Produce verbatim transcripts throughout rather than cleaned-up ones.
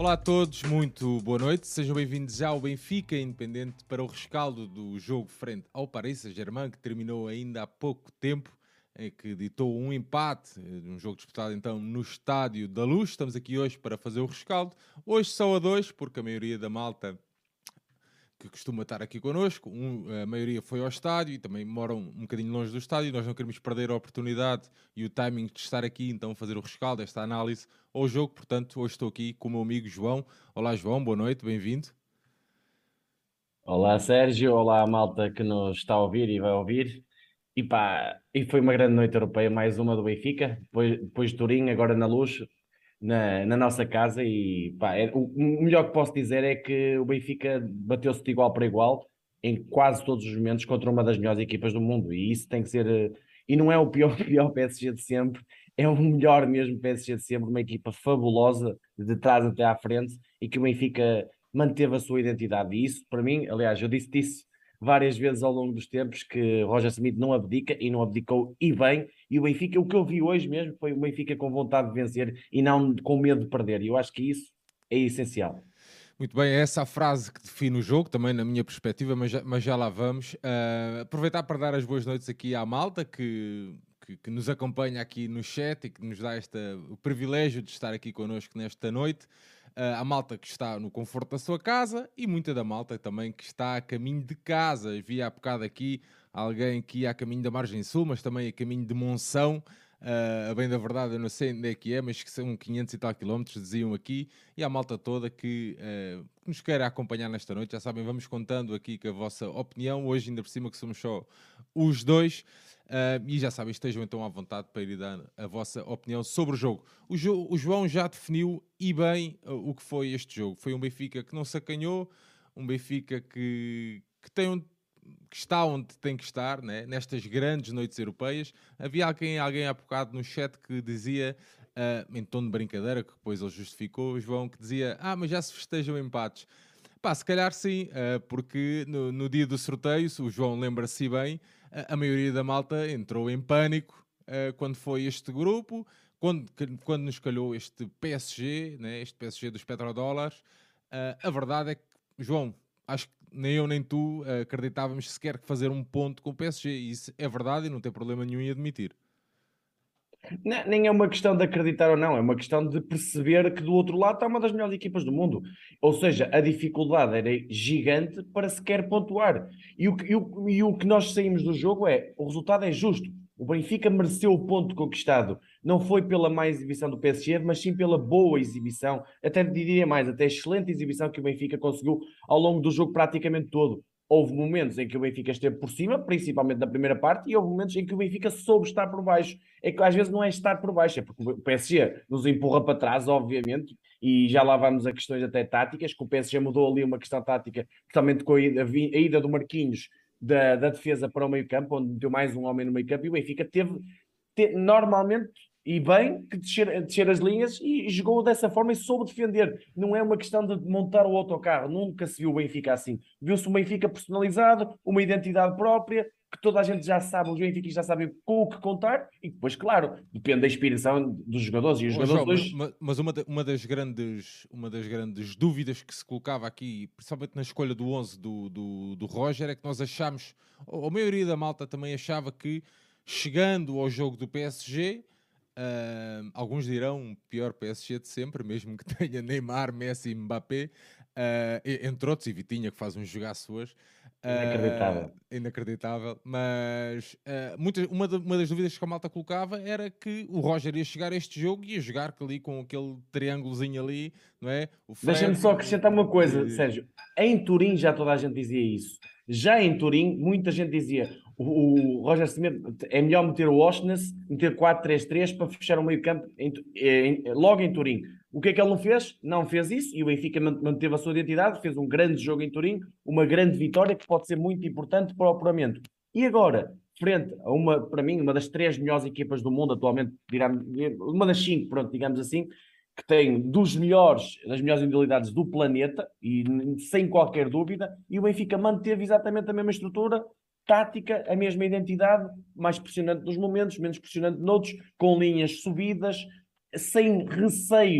Olá a todos, muito boa noite, sejam bem-vindos ao Benfica Independente para o rescaldo do jogo frente ao Paris Saint-Germain, que terminou ainda há pouco tempo, em que ditou um empate, um jogo disputado então no Estádio da Luz. Estamos aqui hoje para fazer o rescaldo, hoje só a dois, porque a maioria da malta que costuma estar aqui connosco, um, a maioria foi ao estádio e também moram um bocadinho longe do estádio. Nós não queremos perder a oportunidade e o timing de estar aqui, então fazer o rescaldo, esta análise ao jogo. Portanto, hoje estou aqui com o meu amigo João. Olá João, boa noite, bem-vindo. Olá Sérgio, olá a malta que nos está a ouvir e vai ouvir. E pá, e foi uma grande noite europeia, mais uma do Benfica, depois, depois de Turim, agora na Luz, na, na nossa casa. E pá, é- o, o melhor que posso dizer é que o Benfica bateu-se de igual para igual em quase todos os momentos contra uma das melhores equipas do mundo. E isso tem que ser. eh, E não é o pior, pior P S G de sempre, é o melhor mesmo P S G de sempre, uma equipa fabulosa, de trás até à frente, e que o Benfica manteve a sua identidade. E isso, para mim, aliás, eu disse disso várias vezes ao longo dos tempos, que Roger Smith não abdica e não abdicou e bem. E o Benfica, o que eu vi hoje mesmo foi o Benfica com vontade de vencer e não com medo de perder. E eu acho que isso é essencial. Muito bem, é essa a frase que define o jogo, também na minha perspectiva, mas já, mas já lá vamos. Uh, aproveitar para dar as boas noites aqui à malta que, que, que nos acompanha aqui no chat e que nos dá esta, o privilégio de estar aqui connosco nesta noite. Uh, a malta que está no conforto da sua casa e muita da malta também que está a caminho de casa. Vi há bocado aqui alguém que ia a caminho da Margem Sul, mas também a caminho de Monção. Uh, a bem da verdade, eu não sei onde é que é, mas que são quinhentos e tal quilómetros, diziam aqui, e a malta toda que, uh, que nos quer acompanhar nesta noite. Já sabem, vamos contando aqui com a vossa opinião, hoje ainda por cima que somos só os dois, uh, e já sabem, estejam então à vontade para ir dar a vossa opinião sobre o jogo. O, jo o João já definiu, e bem, uh, o que foi este jogo. Foi um Benfica que não se acanhou, um Benfica que, que tem um que está onde tem que estar, né? Nestas grandes noites europeias. Havia alguém, alguém há bocado no chat que dizia, uh, em tom de brincadeira, que depois ele justificou, o João, que dizia, ah, mas já se festejam empates. Pá, se calhar sim, uh, porque no, no dia do sorteio, se o João lembra-se bem, uh, a maioria da malta entrou em pânico uh, quando foi este grupo, quando, quando nos calhou este P S G, né? Este P S G dos petrodólares. Uh, a verdade é que, João, acho que nem eu nem tu uh, acreditávamos sequer que fazer um ponto com o P S G. E isso é verdade e não tem problema nenhum em admitir. Ne- Nem é uma questão de acreditar ou não, é uma questão de perceber que do outro lado está uma das melhores equipas do mundo. Ou seja, a dificuldade era gigante para sequer pontuar. E o que, e o, e o que nós saímos do jogo é, o resultado é justo. O Benfica mereceu o ponto conquistado. Não foi pela má exibição do P S G, mas sim pela boa exibição, até diria mais, até excelente exibição que o Benfica conseguiu ao longo do jogo praticamente todo. Houve momentos em que o Benfica esteve por cima, principalmente na primeira parte, e houve momentos em que o Benfica soube estar por baixo. É que às vezes não é estar por baixo, é porque o P S G nos empurra para trás, obviamente, e já lá vamos a questões até táticas, que o P S G mudou ali uma questão tática, totalmente com a ida, a ida do Marquinhos da, da defesa para o meio campo, onde meteu mais um homem no meio campo, e o Benfica teve, te, normalmente e bem que descer, descer as linhas e, e jogou dessa forma e soube defender. Não é uma questão de montar o autocarro, nunca se viu o Benfica assim. Viu-se o Benfica personalizado, uma identidade própria, que toda a gente já sabe, os Benfica já sabem com o que contar, e depois, claro, depende da inspiração dos jogadores, e os Oh, jogadores João, hoje. mas, mas uma, uma, das grandes, uma das grandes dúvidas que se colocava aqui, principalmente na escolha do onze do, do, do Roger, é que nós achámos, ou a maioria da malta também achava que, chegando ao jogo do P S G, Uh, alguns dirão o pior P S G de sempre, mesmo que tenha Neymar, Messi e Mbappé, uh, entre outros, e Vitinha que faz um jogaço hoje, uh, Inacreditável. inacreditável, mas uh, muita, uma, de, uma das dúvidas que a malta colocava era que o Roger ia chegar a este jogo e ia jogar ali com aquele triângulozinho ali, não é? O Deixa-me Fred, só o, acrescentar uma coisa, de, Sérgio. Em Turim já toda a gente dizia isso. Já em Turim, muita gente dizia o, o Roger Smith é melhor meter o Oshness, meter quatro três três para fechar o meio campo em, em, logo em Turim. O que é que ele não fez? Não fez isso e o Benfica manteve a sua identidade, fez um grande jogo em Turim, uma grande vitória que pode ser muito importante para o apuramento. E agora, frente a uma, para mim, uma das três melhores equipas do mundo atualmente, uma das cinco, pronto, digamos assim, que tem dos melhores, das melhores individualidades do planeta, e sem qualquer dúvida, e o Benfica manteve exatamente a mesma estrutura, tática, a mesma identidade, mais pressionante nos momentos, menos pressionante noutros, com linhas subidas, sem receio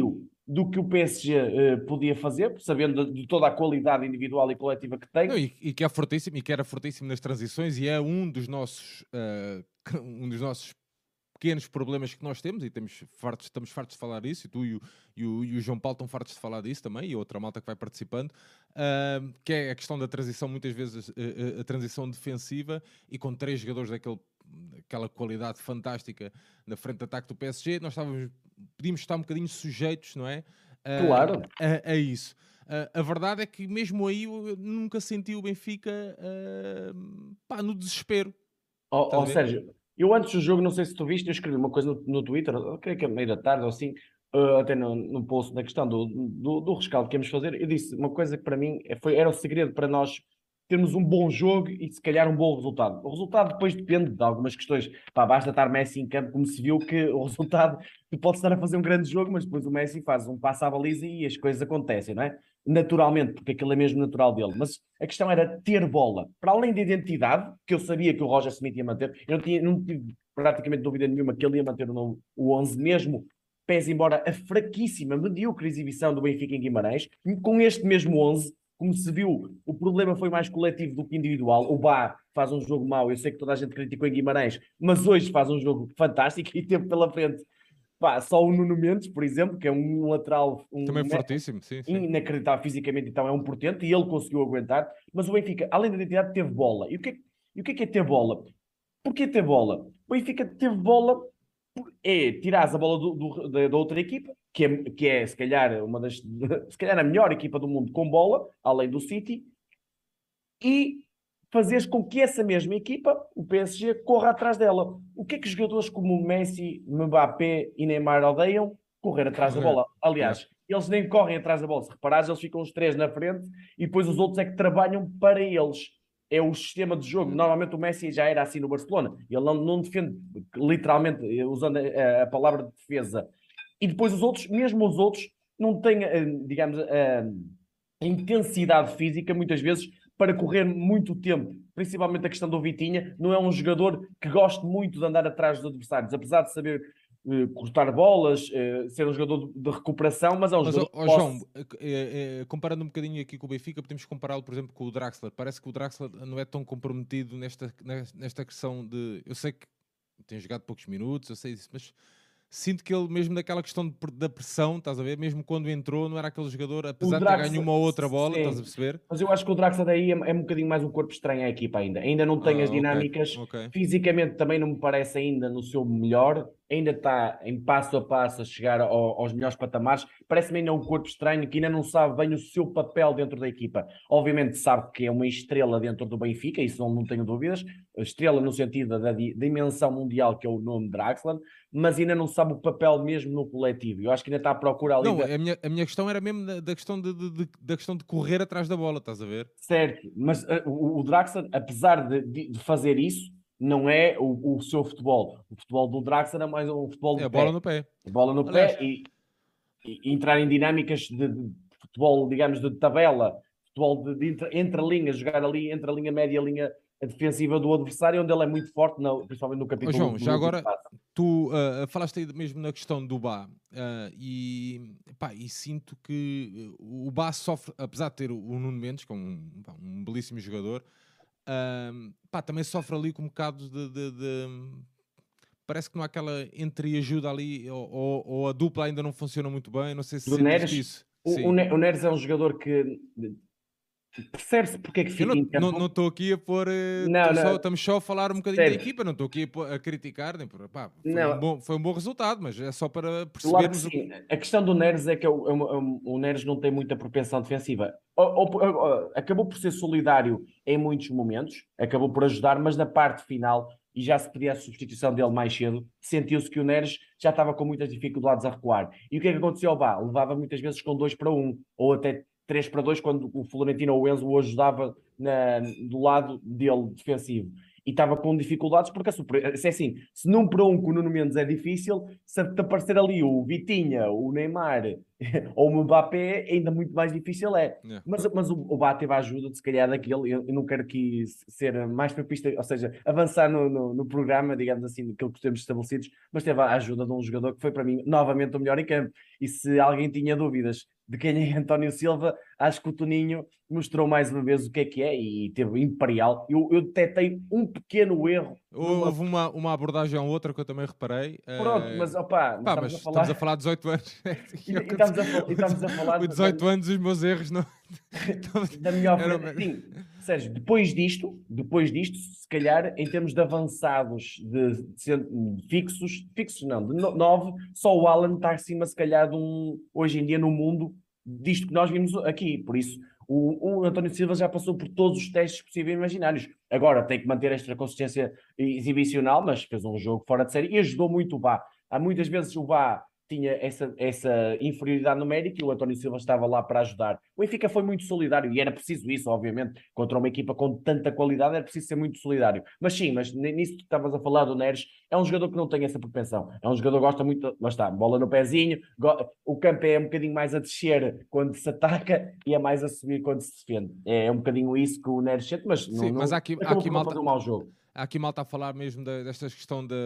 do que o P S G uh, podia fazer, sabendo de, de toda a qualidade individual e coletiva que tem. Não, e, e que é fortíssimo, e que era fortíssimo nas transições, e é um dos nossos, uh, um dos nossos pequenos problemas que nós temos, e temos fartos, estamos fartos de falar disso, e tu e o, e, o, e o João Paulo estão fartos de falar disso também, e outra malta que vai participando, uh, que é a questão da transição, muitas vezes uh, a transição defensiva, e com três jogadores daquele, daquela qualidade fantástica na frente de ataque do P S G, nós estávamos, podíamos estar um bocadinho sujeitos, não é? Uh, Claro. A, a isso. Uh, a verdade é que mesmo aí eu nunca senti o Benfica uh, pá, no desespero. Ó oh, Sérgio, eu antes do jogo, não sei se tu viste, eu escrevi uma coisa no, no Twitter, eu creio que é meio da tarde ou assim, uh, até no, no post da questão do, do, do rescaldo que íamos fazer, eu disse uma coisa que para mim foi, era o segredo para nós termos um bom jogo e se calhar um bom resultado. O resultado depois depende de algumas questões. Pá, basta estar Messi em campo, como se viu que o resultado, tu podes estar a fazer um grande jogo, mas depois o Messi faz um passo à baliza e as coisas acontecem, não é? Naturalmente, porque aquilo é mesmo natural dele. Mas a questão era ter bola. Para além da identidade, que eu sabia que o Roger Smith ia manter, eu não, tinha, não tive praticamente dúvida nenhuma que ele ia manter o, o onze, mesmo pese embora a fraquíssima, medíocre exibição do Benfica em Guimarães, com este mesmo onze, como se viu, o problema foi mais coletivo do que individual. O Bá faz um jogo mau, eu sei que toda a gente criticou em Guimarães, mas hoje faz um jogo fantástico e teve pela frente pá, só o Nuno Mendes, por exemplo, que é um lateral um também fortíssimo, sim, sim. inacreditável fisicamente, então é um portento, e ele conseguiu aguentar, mas o Benfica, além da identidade, teve bola. E o que é, e o que, é, que é ter bola? Porquê ter bola? O Benfica teve bola é tirar a bola do, do, da, da outra equipa, que é, que é se calhar uma das se calhar a melhor equipa do mundo com bola, além do City, e fazeres com que essa mesma equipa, o P S G, corra atrás dela. O que é que jogadores como Messi, Mbappé e Neymar odeiam? Correr atrás Correr. da bola. Aliás, yeah. eles nem correm atrás da bola. Se reparares, eles ficam os três na frente e depois os outros é que trabalham para eles. É o sistema de jogo. Normalmente o Messi já era assim no Barcelona. Ele não, não defende, literalmente, usando a, a palavra de defesa. E depois os outros, mesmo os outros, não têm, digamos, a, a intensidade física, muitas vezes, para correr muito tempo. Principalmente a questão do Vitinha. Não é um jogador que goste muito de andar atrás dos adversários, apesar de saber uh, cortar bolas, uh, ser um jogador de, de recuperação, mas é um mas, jogador... Oh, oh, João, é, é, comparando um bocadinho aqui com o Benfica, podemos compará-lo, por exemplo, com o Draxler. Parece que o Draxler não é tão comprometido nesta, nesta questão de... Eu sei que tem jogado poucos minutos, eu sei isso, mas... Sinto que ele, mesmo naquela questão de, da pressão, estás a ver? Mesmo quando entrou, não era aquele jogador, apesar de ter ganho uma ou outra bola, sim. Estás a perceber? Mas eu acho que o Draxler daí é, é um bocadinho mais um corpo estranho à equipa ainda. Ainda não tem ah, as dinâmicas. Okay, okay. Fisicamente também não me parece ainda no seu melhor. Ainda está em passo a passo a chegar ao, aos melhores patamares. Parece-me ainda um corpo estranho que ainda não sabe bem o seu papel dentro da equipa. Obviamente sabe que é uma estrela dentro do Benfica, isso não, não tenho dúvidas. Estrela no sentido da dimensão mundial, que é o nome Draxler, mas ainda não sabe o papel mesmo no coletivo. Eu acho que ainda está à procura ali. Não, da... a, minha, a minha questão era mesmo da, da, questão de, de, de, da questão de correr atrás da bola, estás a ver? Certo, mas uh, o, o Draxler, apesar de, de fazer isso, não é o, o seu futebol. O futebol do Draxler é mais um futebol de é a pé. bola no pé. A bola no Aliás, pé e, e entrar em dinâmicas de, de futebol, digamos, de tabela, futebol de, de entre, entre linhas, jogar ali entre a linha média e a linha defensiva do adversário, onde ele é muito forte, no, principalmente no capítulo. Oh, João, já agora, tu uh, falaste aí mesmo na questão do Bá, uh, e, pá, e sinto que o Bá sofre, apesar de ter o Nuno Mendes, que é um, pá, um belíssimo jogador, uh, pá, também sofre ali com um bocado de... de, de parece que não há aquela entreajuda ali, ou, ou, ou a dupla ainda não funciona muito bem, não sei se do Neres, isso. O, o, o Neres é um jogador que... percebe-se porque é que fica eu não, em campo. Não estou aqui a pôr... Não, não. Só, estamos só a falar um bocadinho certo. da equipa, não estou aqui a, pôr, a criticar, nem por, pá, foi, não. Um bom, foi um bom resultado, mas é só para percebermos... Claro que sim. O... A questão do Neres é que o, o, o Neres não tem muita propensão defensiva. Ou, ou, ou, acabou por ser solidário em muitos momentos, acabou por ajudar, mas na parte final, e já se pedia a substituição dele mais cedo, sentiu-se que o Neres já estava com muitas dificuldades a recuar. E o que é que aconteceu? Bah, levava muitas vezes com dois para um, ou até três para dois, quando o Florentino ou o Enzo o ajudava na, do lado dele defensivo. e estava com dificuldades, porque a super... se é assim, se num para um com o Nuno Mendes é difícil, se te aparecer ali o Vitinha, o Neymar ou o Mbappé, ainda muito mais difícil é. Yeah. Mas, mas o, o Bá teve a ajuda, de se calhar, daquele. Eu, eu não quero aqui ser mais papista, ou seja, avançar no, no, no programa, digamos assim, daquilo que temos estabelecidos, mas teve a ajuda de um jogador que foi para mim novamente o melhor em campo. E se alguém tinha dúvidas de quem é António Silva, acho que o Toninho mostrou mais uma vez o que é que é e teve imperial. Eu, eu detectei um pequeno erro. Numa... Houve uma, uma abordagem ou outra que eu também reparei. Pronto, mas opá, Pá, estamos mas a falar. estamos a falar de dezoito anos. E, e, estamos, a, e estamos a falar. Com dezoito anos, os meus erros não. Da melhor Era... forma. Sim, Sérgio, depois disto, depois disto, se calhar, em termos de avançados de, de fixos, fixos não, de no, nove, só o Alan está acima, se calhar, de um, hoje em dia no mundo, disto que nós vimos aqui. Por isso, o, o António Silva já passou por todos os testes possíveis e imaginários. Agora tem que manter esta consistência exibicional, mas fez um jogo fora de série e ajudou muito o Bá. Há muitas vezes o Bá tinha essa, essa inferioridade numérica e o António Silva estava lá para ajudar. O Benfica foi muito solidário e era preciso isso, obviamente, contra uma equipa com tanta qualidade era preciso ser muito solidário. Mas sim, mas nisso que estavas a falar do Neres, é um jogador que não tem essa propensão. É um jogador que gosta muito, mas está, bola no pezinho, o campo é um bocadinho mais a descer quando se ataca e é mais a subir quando se defende. É um bocadinho isso que o Neres sente, mas, sim, não, mas não, há aqui, não há aqui não malta, fazer um mau jogo. Há aqui malta a falar mesmo da, desta questão de,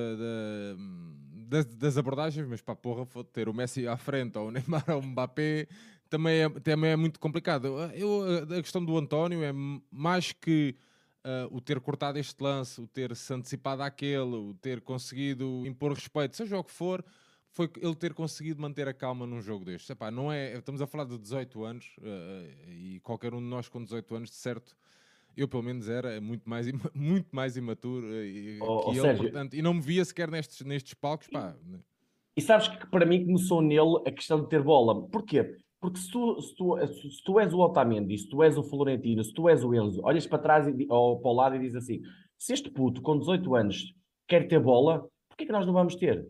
de, das, das abordagens, mas para a porra, ter o Messi à frente ou o Neymar ou o Mbappé também é, também é muito complicado. Eu, a questão do António é mais que uh, o ter cortado este lance, o ter se antecipado àquele, o ter conseguido impor respeito, seja o que for, foi ele ter conseguido manter a calma num jogo destes. Epá, não é, estamos a falar de dezoito anos uh, e qualquer um de nós com dezoito anos, de certo, eu pelo menos era muito mais, muito mais imaturo uh, Oh, que oh, ele, Sérgio, portanto, e não me via sequer nestes, nestes palcos, pá. E sabes que para mim começou nele a questão de ter bola. Porquê? Porque se tu, se tu, se tu és o Otamendi, se tu és o Florentino, se tu és o Enzo, olhas para trás e, ou para o lado e dizes assim: se este puto com dezoito anos quer ter bola, porquê que nós não vamos ter?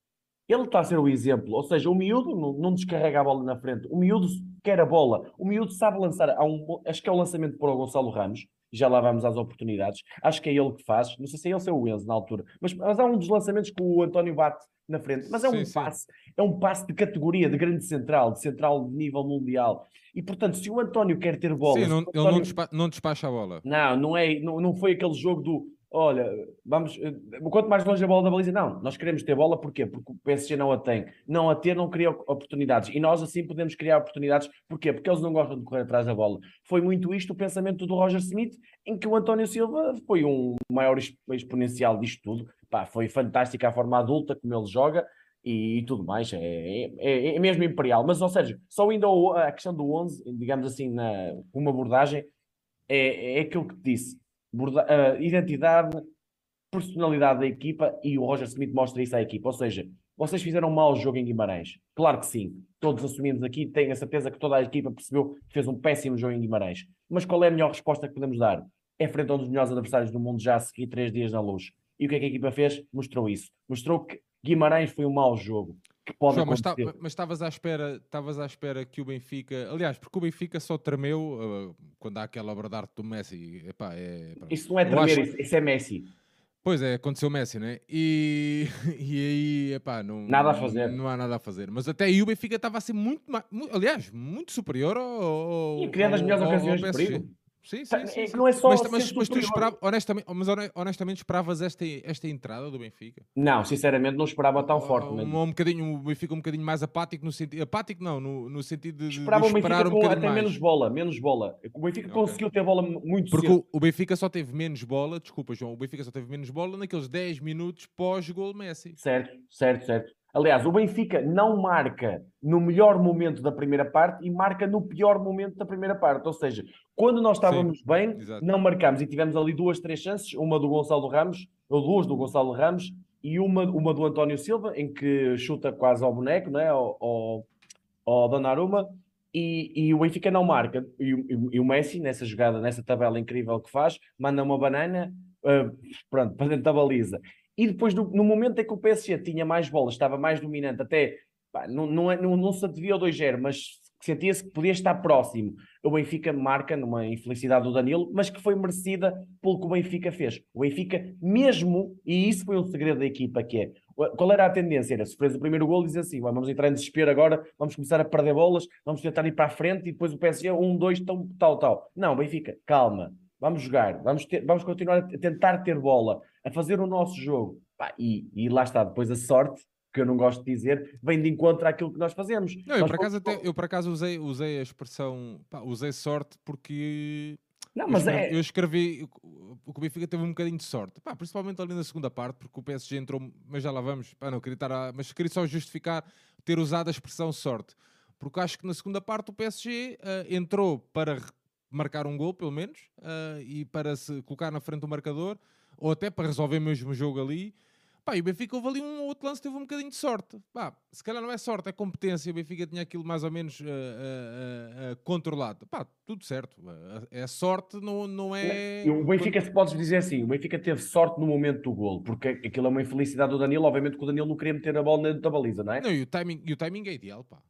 Ele está a ser o exemplo, ou seja, o miúdo não, não descarrega a bola na frente, o miúdo quer a bola, o miúdo sabe lançar. Há um, acho que é o lançamento para o Gonçalo Ramos, já lá vamos às oportunidades, acho que é ele que faz, não sei se é ele ou é o Enzo na altura, mas, mas há um dos lançamentos que o António bate na frente, mas é um Sim, passe, sim. É um passe de categoria, de grande central, de central de nível mundial. E portanto, se o António quer ter bola. Sim, não, António... ele não, despa não despacha a bola. Não, não, é, não, não foi aquele jogo do olha, vamos, quanto mais longe a bola da baliza, não, nós queremos ter bola, porquê? Porque o P S G não a tem, não a ter não cria oportunidades, e nós assim podemos criar oportunidades, porquê? Porque eles não gostam de correr atrás da bola. Foi muito isto o pensamento do Roger Smith, em que o António Silva foi um maior exponencial disto tudo. Pá, foi fantástica a forma adulta como ele joga, e, e tudo mais, é, é, é mesmo imperial. Mas, ou seja, só ainda a questão do onze, digamos assim, na, uma abordagem, é, é aquilo que te disse, uh, identidade, personalidade da equipa, e o Roger Smith mostra isso à equipa. Ou seja, vocês fizeram um mau jogo em Guimarães. Claro que sim. Todos assumimos aqui, tenho a certeza que toda a equipa percebeu que fez um péssimo jogo em Guimarães. Mas qual é a melhor resposta que podemos dar? É frente a um dos melhores adversários do mundo já a seguir três dias na Luz. E o que é que a equipa fez? Mostrou isso. Mostrou que Guimarães foi um mau jogo. Que pode João, acontecer. mas estavas à espera, estavas à espera que o Benfica, aliás, porque o Benfica só tremeu uh, quando há aquela obra do Messi. Epá, é, isso não é tremer, acho... isso, isso é Messi. Pois é, aconteceu o Messi, né? E, e aí, epá, não, nada a fazer. Não há nada a fazer. Mas até aí o Benfica estava a ser muito, muito, aliás, muito superior ao, ao, e criando as melhores ao, ocasiões ao de perigo. Sim, sim, sim, é sim. que não é só mas, ser mas, mas tu esperava, honestamente, mas honestamente esperavas esta, esta entrada do Benfica? Não, sinceramente não esperava tão uh, forte. Um, um bocadinho, o Benfica um bocadinho mais apático no sentido, apático não, no, no sentido de, esperava de o Benfica um com até mais. menos bola, menos bola. O Benfica okay. conseguiu ter bola muito Porque cedo. o, o Benfica só teve menos bola, desculpa João, o Benfica só teve menos bola naqueles dez minutos pós-gol Messi. Certo, certo, certo. Aliás, o Benfica não marca no melhor momento da primeira parte e marca no pior momento da primeira parte. Ou seja, quando nós estávamos Sim, bem, exato. não marcamos e tivemos ali duas, três chances, uma do Gonçalo Ramos, ou duas do Gonçalo Ramos e uma, uma do António Silva, em que chuta quase ao boneco, né? ao, ao, ao Donnarumma, e, e o Benfica não marca. E, e, e o Messi, nessa jogada, nessa tabela incrível que faz, manda uma banana, uh, pronto, para dentro da baliza. E depois, no, no momento em que o P S G tinha mais bola, estava mais dominante, até pá, não, não, não, não se devia ao dois zero, mas que sentia-se que podia estar próximo. O Benfica marca numa infelicidade do Danilo, mas que foi merecida pelo que o Benfica fez. O Benfica, mesmo, e isso foi um segredo da equipa, que é, qual era a tendência? Era, se fez o primeiro golo, dizer assim, vamos entrar em desespero agora, vamos começar a perder bolas, vamos tentar ir para a frente e depois o P S G, um, dois, tal, tal, tal. Não, Benfica, calma, vamos jogar, vamos, ter, vamos continuar a tentar ter bola, a fazer o nosso jogo. Pá, e, e lá está, depois a sorte, que eu não gosto de dizer, vem de encontro àquilo que nós fazemos. Não, eu nós por acaso, fomos... até, eu por acaso usei, usei a expressão, pá, usei sorte porque Não, eu mas escrevi, é... eu escrevi o que o Benfica teve um bocadinho de sorte, pá, principalmente ali na segunda parte, porque o P S G entrou, mas já lá vamos, pá, não queria estar a, mas queria só justificar ter usado a expressão sorte, porque acho que na segunda parte o P S G uh, entrou para marcar um gol, pelo menos, uh, e para se colocar na frente do marcador, ou até para resolver mesmo o jogo ali. Pá, e o Benfica houve ali um outro lance, teve um bocadinho de sorte. Pá, se calhar não é sorte, é competência. O Benfica tinha aquilo mais ou menos uh, uh, uh, uh, controlado. Pá, tudo certo. Uh, é sorte, não, não é... O Benfica, se podes dizer assim, o Benfica teve sorte no momento do golo, porque aquilo é uma infelicidade do Danilo, obviamente que o Danilo não queria meter a bola dentro da baliza, não é? Não, e o timing, e o timing é ideal, pá.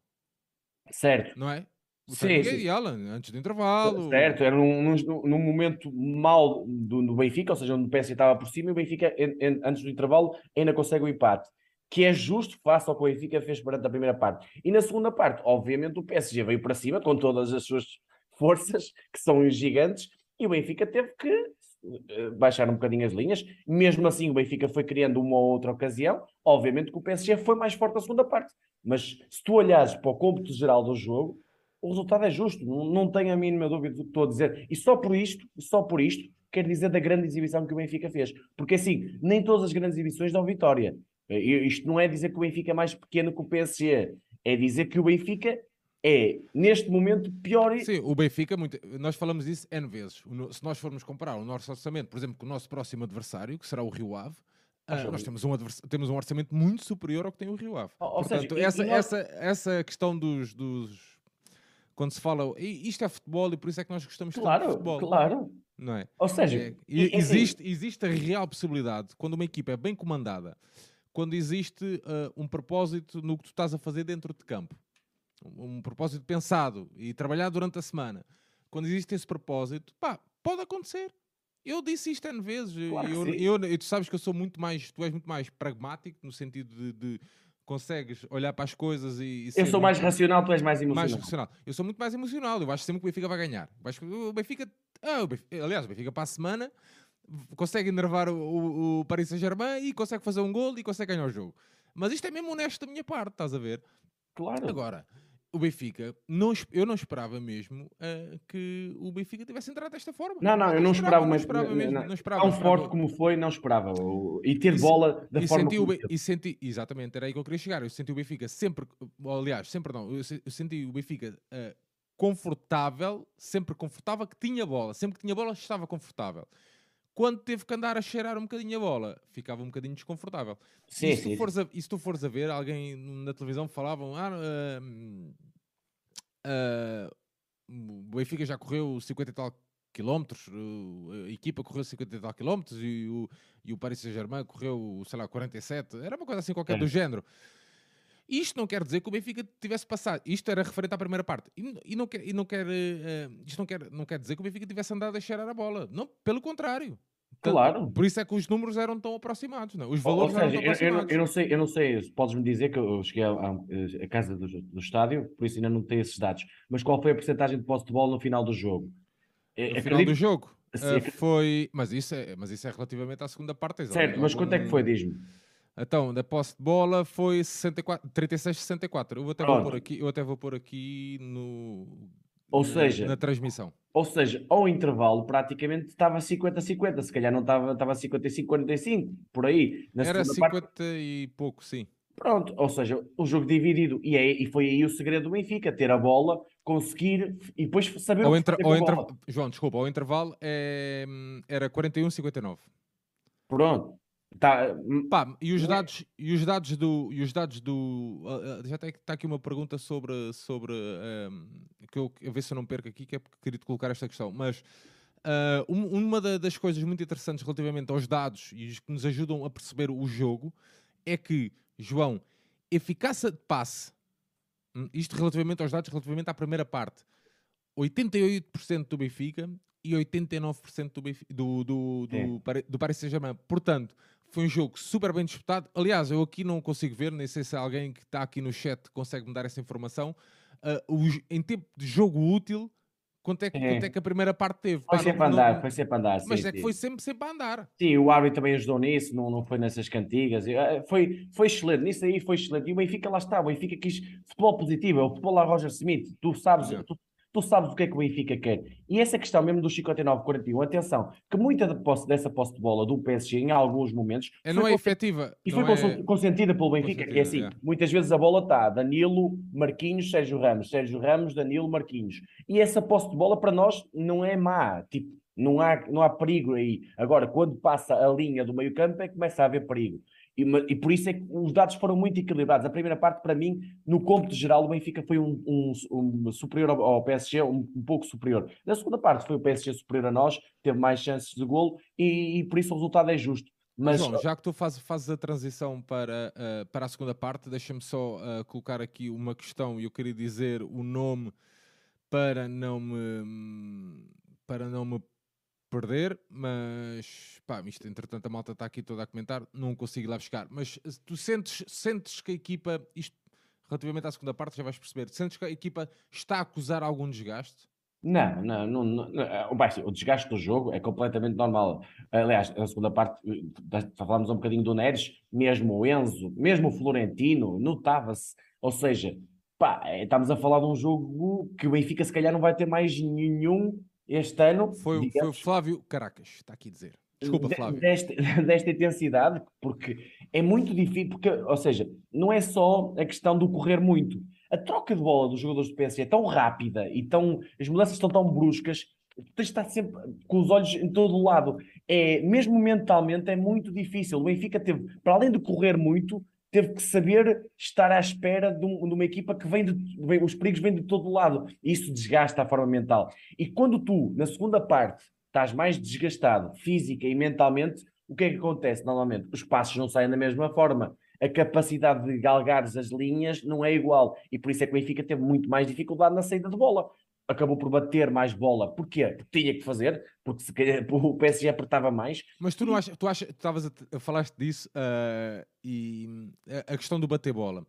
Certo. Não é? O Sim, timing é sim. ideal, antes do intervalo. Certo, era num, num, num momento mau do, do Benfica, ou seja, onde o P S G estava por cima e o Benfica, en, en, antes do intervalo, ainda consegue o empate, que é justo face ao que o Benfica fez durante a primeira parte. E na segunda parte, obviamente, o P S G veio para cima com todas as suas forças, que são gigantes, e o Benfica teve que uh, baixar um bocadinho as linhas. Mesmo assim, o Benfica foi criando uma ou outra ocasião. Obviamente que o P S G foi mais forte na segunda parte. Mas se tu olhares para o cômputo geral do jogo, o resultado é justo, não, não tenho a mínima dúvida do que estou a dizer. E só por isto, só por isto, quero dizer da grande exibição que o Benfica fez. Porque assim, nem todas as grandes exibições dão vitória. Isto não é dizer que o Benfica é mais pequeno que o P S G, é dizer que o Benfica é, neste momento, pior. Sim, o Benfica, muito, nós falamos isso N vezes. Se nós formos comparar o nosso orçamento, por exemplo, com o nosso próximo adversário, que será o Rio Ave, Uh, nós temos um, temos um orçamento muito superior ao que tem o Rio Ave. Ou, Portanto, seja, essa, e, e nós... essa, essa questão dos, dos... Quando se fala... Isto é futebol e por isso é que nós gostamos claro, tanto de futebol. Claro, não é? Ou seja... É, E, existe, existe a real possibilidade, quando uma equipa é bem comandada, quando existe uh, um propósito no que tu estás a fazer dentro de campo. Um, um propósito pensado e trabalhado durante a semana. Quando existe esse propósito, pá, pode acontecer. Eu disse isto N vezes. Claro eu, eu, eu, tu sabes que eu sou muito mais... Tu és muito mais pragmático, no sentido de... de consegues olhar para as coisas e... e eu sou mais muito, racional, tu és mais emocional. mais racional. Eu sou muito mais emocional. Eu acho sempre que o Benfica vai ganhar. O Benfica... Ah, o Benfica aliás, o Benfica para a semana consegue enervar o, o, o Paris Saint-Germain e consegue fazer um gol e consegue ganhar o jogo. Mas isto é mesmo honesto da minha parte, estás a ver? Claro. Agora... O Benfica, não, eu não esperava mesmo uh, que o Benfica tivesse entrado desta forma. Não, não, eu não, não esperava, esperava, não mas esperava não, mesmo, não. não esperava. Tão esperava. forte como foi, não esperava. E ter e, bola da e forma senti como o, e senti, exatamente, era aí que eu queria chegar. Eu senti o Benfica sempre, aliás, sempre não, eu senti o Benfica uh, confortável, sempre confortável, que tinha bola, sempre que tinha bola estava confortável. Quando teve que andar a cheirar um bocadinho a bola, ficava um bocadinho desconfortável. Sim, e, se sim, tu fores a, e se tu fores a ver, alguém na televisão falavam, ah, uh, uh, o Benfica já correu cinquenta e tal quilómetros, a equipa correu cinquenta e tal quilómetros e o, e o Paris Saint-Germain correu, sei lá, quarenta e sete, era uma coisa assim qualquer é. do género. Isto não quer dizer que o Benfica tivesse passado, isto era referente à primeira parte, e, e, não, quer, e não, quer, uh, isto não quer, não quer dizer que o Benfica tivesse andado a cheirar a bola, não, pelo contrário. Claro. Por isso é que os números eram tão aproximados, não? Os Ou valores seja, eram tão aproximados. Eu, eu, eu, não sei, eu não sei, podes-me dizer que eu cheguei à casa do, do estádio, por isso ainda não tenho esses dados, mas qual foi a porcentagem de posse de bola no final do jogo? No Acredito... final do jogo? Sim, uh, foi... Mas isso, é, mas isso é relativamente à segunda parte. Certo, algum... mas quanto é que foi, diz-me? Então, da posse de bola foi sessenta e quatro, trinta e seis a sessenta e quatro. Eu até, vou pôr aqui, eu até vou pôr aqui no, ou na, seja, na transmissão. Ou seja, ao intervalo praticamente estava cinquenta a cinquenta, se calhar não estava, estava cinquenta e cinco a quarenta e cinco, por aí. Na Era cinquenta parte... e pouco, sim. Pronto, ou seja, o jogo dividido. E, é, e foi aí o segredo do Benfica, ter a bola, conseguir e depois saber ao o que inter... fazer ao com a inter... bola. João, desculpa, ao intervalo é... era quarenta e um a cinquenta e nove. Pronto. Tá, Pá, e os dados, e os dados do, e os dados do uh, uh, já está aqui uma pergunta sobre, sobre um, que eu a ver se eu não perco aqui, que é porque queria te colocar esta questão, mas uh, uma da, das coisas muito interessantes relativamente aos dados e que nos ajudam a perceber o jogo é que, João, eficácia de passe isto relativamente aos dados, relativamente à primeira parte. oitenta e oito por cento do Benfica e oitenta e nove por cento do, Benfica, do, do, do, do Paris Saint-Germain. Portanto, foi um jogo super bem disputado. Aliás, eu aqui não consigo ver, nem sei se alguém que está aqui no chat consegue me dar essa informação. Uh, os, em tempo de jogo útil, quanto é, que, quanto é que a primeira parte teve? Foi Pá, sempre não, a andar, não, foi sempre a andar, sim, mas é sim. que foi sempre, sempre a andar. Sim, o árbitro também ajudou nisso, não, não foi nessas cantigas. Eh, Foi, foi excelente, nisso aí foi excelente. E o Benfica lá está, o Benfica quis futebol positivo, é o futebol lá Roger Smith. Tu sabes, Yeah. tu, tu sabes o que é que o Benfica quer. E essa questão mesmo do cinquenta e nove quarenta e um, atenção, que muita de posse, dessa posse de bola do P S G em alguns momentos É, foi não é efetiva, e foi não é consentida pelo Benfica, que é consentida. assim, Yeah. muitas vezes a bola está Danilo, Marquinhos, Sérgio Ramos, Sérgio Ramos, Danilo, Marquinhos. E essa posse de bola para nós não é má, tipo, não há, não há perigo aí. Agora, quando passa a linha do meio campo é que começa a haver perigo. E, e por isso é que os dados foram muito equilibrados. A primeira parte, para mim, no cômputo geral, o Benfica foi um, um, um superior ao, ao P S G, um, um pouco superior. Na segunda parte foi o P S G superior a nós, teve mais chances de golo e, e por isso o resultado é justo. Oh, Mas João, já que tu fazes, fazes a transição para, uh, para a segunda parte, deixa-me só uh, colocar aqui uma questão e eu queria dizer o nome para não me para não me perder, mas pá, isto entretanto a malta está aqui toda a comentar, não consigo lá buscar, mas tu sentes, sentes que a equipa, isto relativamente à segunda parte já vais perceber, sentes que a equipa está a acusar algum desgaste? Não, não, não, não, não. é, bem, assim, o desgaste do jogo é completamente normal. Aliás, na segunda parte, eh, falámos um bocadinho do Neres, mesmo o Enzo, mesmo o Florentino, notava-se. Ou seja, pá, eh, estamos a falar de um jogo que o Benfica se calhar não vai ter mais nenhum este ano, Foi, foi o digamos, Flávio Caracas, está aqui a dizer. Desculpa, de- Flávio. desta, desta intensidade, porque é muito difícil, porque, ou seja, não é só a questão do correr muito. A troca de bola dos jogadores do P S G é tão rápida e tão, as mudanças estão tão bruscas, que tu tens de estar sempre com os olhos em todo o lado. É, mesmo mentalmente é muito difícil. O Benfica teve, para além de correr muito, teve que saber estar à espera de, um- de uma equipa que vem de, vem- os perigos vêm de todo o lado. E isso desgasta a forma mental. E quando tu, na segunda parte, estás mais desgastado física e mentalmente, o que é que acontece normalmente? Os passos não saem da mesma forma. A capacidade de galgares as linhas não é igual. E por isso é que o Benfica teve muito mais dificuldade na saída de bola. Acabou por bater mais bola. Porquê? Porque tinha que fazer, porque se calhar, o P S G apertava mais. Mas tu não achas, tu achas, tu estavas a, a falaste disso uh, e a, a questão do bater bola.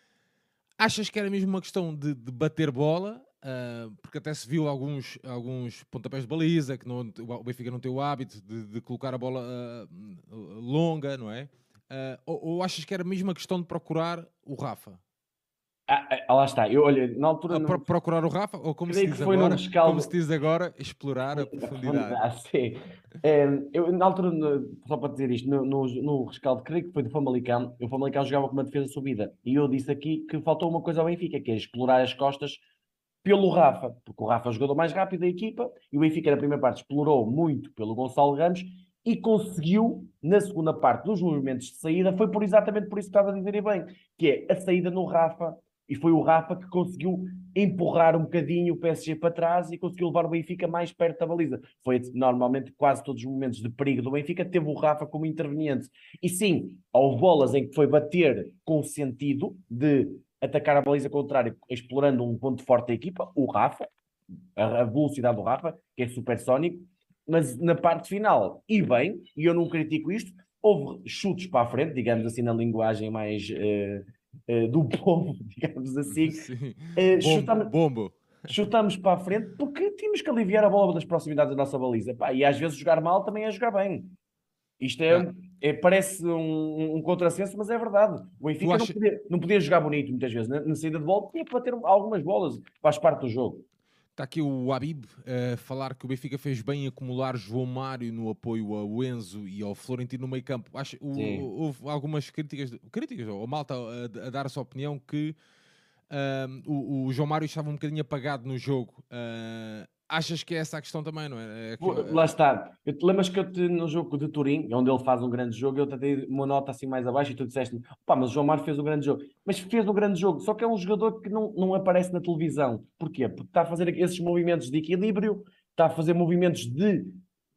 Achas que era mesmo uma questão de, de bater bola? Uh, porque até se viu alguns, alguns pontapés de baliza, que não, o Benfica não tem o hábito de, de colocar a bola uh, longa, não é? Uh, ou, ou achas que era mesmo a questão de procurar o Rafa? Ah, ah, lá está. Eu, olha, na altura A pro, não. procurar o Rafa, ou como se Creio que diz foi num agora, como se rescaldo. diz agora, explorar a profundidade. Ah, sim. Eh, eu, na altura, no- só para dizer isto, no, no, no rescaldo, creio que foi do Famalicão, o Famalicão jogava com uma defesa subida. E eu disse aqui que faltou uma coisa ao Benfica, que é explorar as costas pelo Rafa, porque o Rafa é o jogador mais rápido da equipa e o Benfica, na primeira parte, explorou muito pelo Gonçalo Ramos e conseguiu, na segunda parte dos movimentos de saída, foi por exatamente por isso que estava a dizer e bem, que é a saída no Rafa. E foi o Rafa que conseguiu empurrar um bocadinho o P S G para trás e conseguiu levar o Benfica mais perto da baliza. Foi normalmente quase todos os momentos de perigo do Benfica, teve o Rafa como interveniente. E sim, houve bolas em que foi bater com sentido de atacar a baliza contrária, explorando um ponto forte da equipa, o Rafa, a, a velocidade do Rafa, que é supersónico, mas na parte final, e bem, e eu não critico isto, houve chutes para a frente, digamos assim, na linguagem mais uh, uh, do povo, digamos assim. Sim. Uh, Bombo, chutamos, bombo. chutamos para a frente porque tínhamos que aliviar a bola das proximidades da nossa baliza. Pá, e às vezes jogar mal também é jogar bem. Isto Yeah. é, é, parece um, um contrassenso, mas é verdade. O Tu Benfica não acha... podia, não podia jogar bonito muitas vezes. Na, na saída de bola tinha que bater algumas bolas, faz parte do jogo. Está aqui o Habib a falar que o Benfica fez bem em acumular João Mário no apoio ao Enzo e ao Florentino no meio campo. Acho, o, houve algumas críticas, críticas ou malta a, a dar a sua opinião que um, o, o João Mário estava um bocadinho apagado no jogo. Uh, achas que é essa a questão também, não é? É que, uh... Lá está. Eu te lembras que eu te, no jogo de Turim, onde ele faz um grande jogo, eu te dei uma nota assim mais abaixo e tu disseste-me, pá, mas o João Mário fez um grande jogo. Mas fez um grande jogo, só que é um jogador que não, não aparece na televisão. Porquê? Porque está a fazer esses movimentos de equilíbrio, está a fazer movimentos de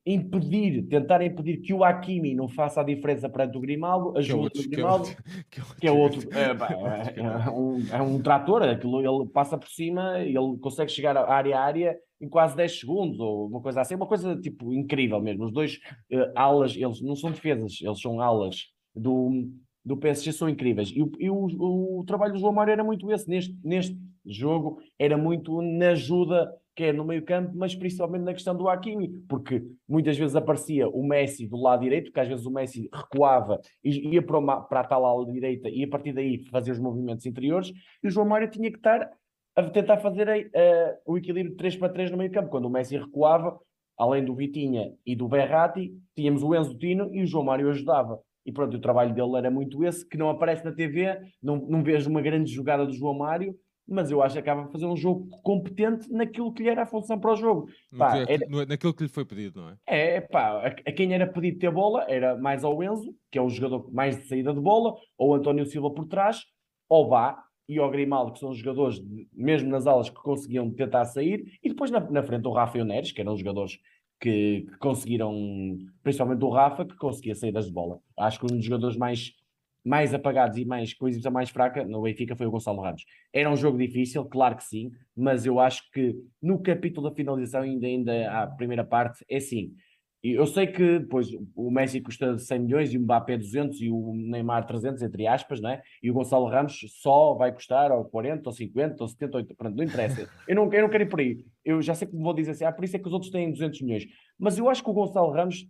impedir, tentar impedir que o Hakimi não faça a diferença perante o Grimaldo, Que é ajuda outro, o que é Grimaldo, outro, que é que é outro, outro, é, pá, é outro é, escândalo. é um, é um trator, aquilo, ele passa por cima, ele consegue chegar à área a área em quase dez segundos, ou uma coisa assim, uma coisa tipo incrível mesmo. Os dois uh, alas, eles não são defesas, eles são alas do, do P S G, são incríveis. E, o, e o, o trabalho do João Mário era muito esse, neste, neste jogo, era muito na ajuda, quer no meio campo, mas principalmente na questão do Hakimi, porque muitas vezes aparecia o Messi do lado direito, porque às vezes o Messi recuava e ia para, uma, para a tal ala direita e a partir daí fazia os movimentos interiores, e o João Mário tinha que estar a tentar fazer uh, o equilíbrio de três para três no meio campo. Quando o Messi recuava, além do Vitinha e do Verratti, tínhamos o Enzo Tino e o João Mário ajudava. E pronto, o trabalho dele era muito esse, que não aparece na T V, não, não vejo uma grande jogada do João Mário, mas eu acho que acaba de fazer um jogo competente naquilo que lhe era a função para o jogo. No que Pá, é era, que- no- naquilo que lhe foi pedido, não é? é, pá, a, a quem era pedido ter bola era mais ao Enzo, que é o jogador mais de saída de bola, ou António Silva por trás, ou Bá e ao Grimaldo, que são os jogadores, de- mesmo nas alas, que conseguiam tentar sair, e depois na, na frente o Rafa e o Neres, que eram os jogadores que, que conseguiram, principalmente o Rafa, que conseguia saídas de bola. Acho que um dos jogadores mais, mais apagados e mais com a exibição mais fraca no Benfica foi o Gonçalo Ramos. Era um jogo difícil, claro que sim, mas eu acho que no capítulo da finalização, ainda, ainda a primeira parte, é assim. E eu sei que depois o Messi custa cem milhões e o Mbappé duzentos e o Neymar trezentos, entre aspas, não é? E o Gonçalo Ramos só vai custar ou quarenta, ou cinquenta, ou setenta, ou oitenta, pronto, não interessa. Eu não, eu não quero ir por aí. Eu já sei que me vou dizer assim, ah, por isso é que os outros têm duzentos milhões. Mas eu acho que o Gonçalo Ramos,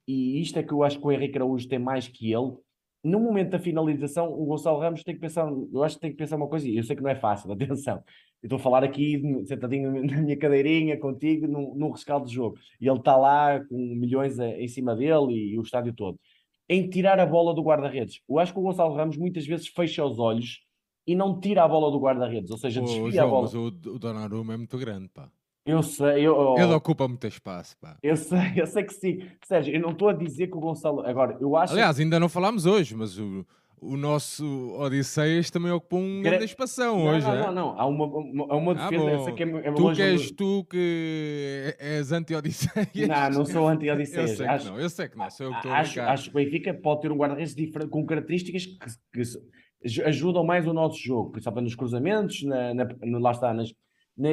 e isto é que eu acho que o Henrique Araújo tem mais que ele, no momento da finalização, o Gonçalo Ramos tem que pensar, eu acho que tem que pensar uma coisa, e eu sei que não é fácil, atenção. Eu estou a falar aqui, sentadinho na minha cadeirinha, contigo, num, num rescaldo de jogo. E ele está lá com milhões a- em cima dele e, e o estádio todo. Em tirar a bola do guarda-redes. Eu acho que o Gonçalo Ramos muitas vezes fecha os olhos e não tira a bola do guarda-redes, ou seja, Ô, desvia a João, mas bola. o, o Donnarumma é muito grande, pá. Eu sei, eu, Ele oh, ocupa muito espaço, pá. eu sei, eu sei que sim. Sérgio, eu não estou a dizer que o Gonçalo. Agora, eu acho é que Aliás, ainda não falámos hoje, mas o, o nosso Odisseias também ocupou um grande Gra- espação Não, hoje, não, não, é? não. Há uma, uma, há uma Ah, defesa, eu sei bom. que é, é Tu que longe és onde. tu que és Não, anti-Odisseias. não sou Eu anti-Odisseias. sei que Acho, não, eu sei que não, sou eu que estou a acho, brincar. acho que o Benfica pode ter um guarda-redes diferente, com características que, que se- aj- ajudam mais o nosso jogo, principalmente nos cruzamentos, na, na, na- lá está, nas, na,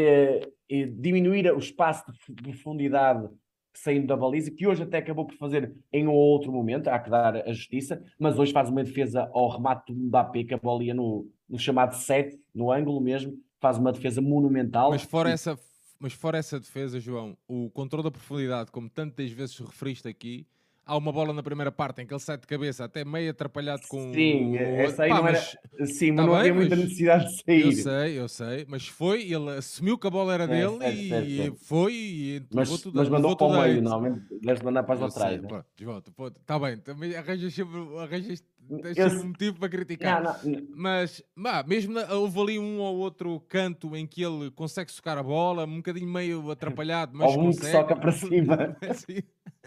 e diminuir o espaço de f- de profundidade saindo da baliza, que hoje até acabou por fazer em um ou outro momento, há que dar a justiça, mas hoje faz uma defesa ao remate do Mbappé, que a bola ia no, no chamado sete, no ângulo mesmo, faz uma defesa Mas monumental. fora E, essa, mas fora essa defesa, João, o controle da profundidade, como tantas vezes referiste aqui, há uma bola na primeira parte em que ele sai de cabeça, até meio atrapalhado sim, com o. essa aí Pá, não era. mas Sim, mas está não bem, havia muita mas necessidade de eu sair. sei, eu sei, mas foi, ele assumiu que a bola era É, dele certo, certo, e certo. foi e levou Mas, tudo, mas mandou levou para tudo o a meio, hate. normalmente deves mandar para as Eu sei, laterais, né? pronto, João, está bem, também arranjas sempre, arranjas, tens Eu, sempre um motivo para criticar. não, não, não. Mas, bah, mesmo na- houve ali um ou outro canto em que ele consegue socar a bola, um bocadinho meio atrapalhado, mas Houve um que soca consegue. para cima mas, sim.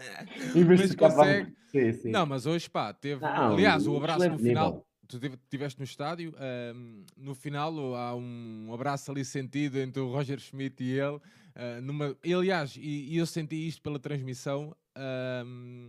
em vez de Mas socar para. consegue. Sim, Não, sim. mas hoje, pá, teve. Aliás, o Não, abraço no excelente final. nível. Tu estiveste no estádio, ahm, no final há um abraço ali sentido entre o Roger Schmidt e ele. ah, numa, e, aliás, e, e eu senti isto pela transmissão. ahm,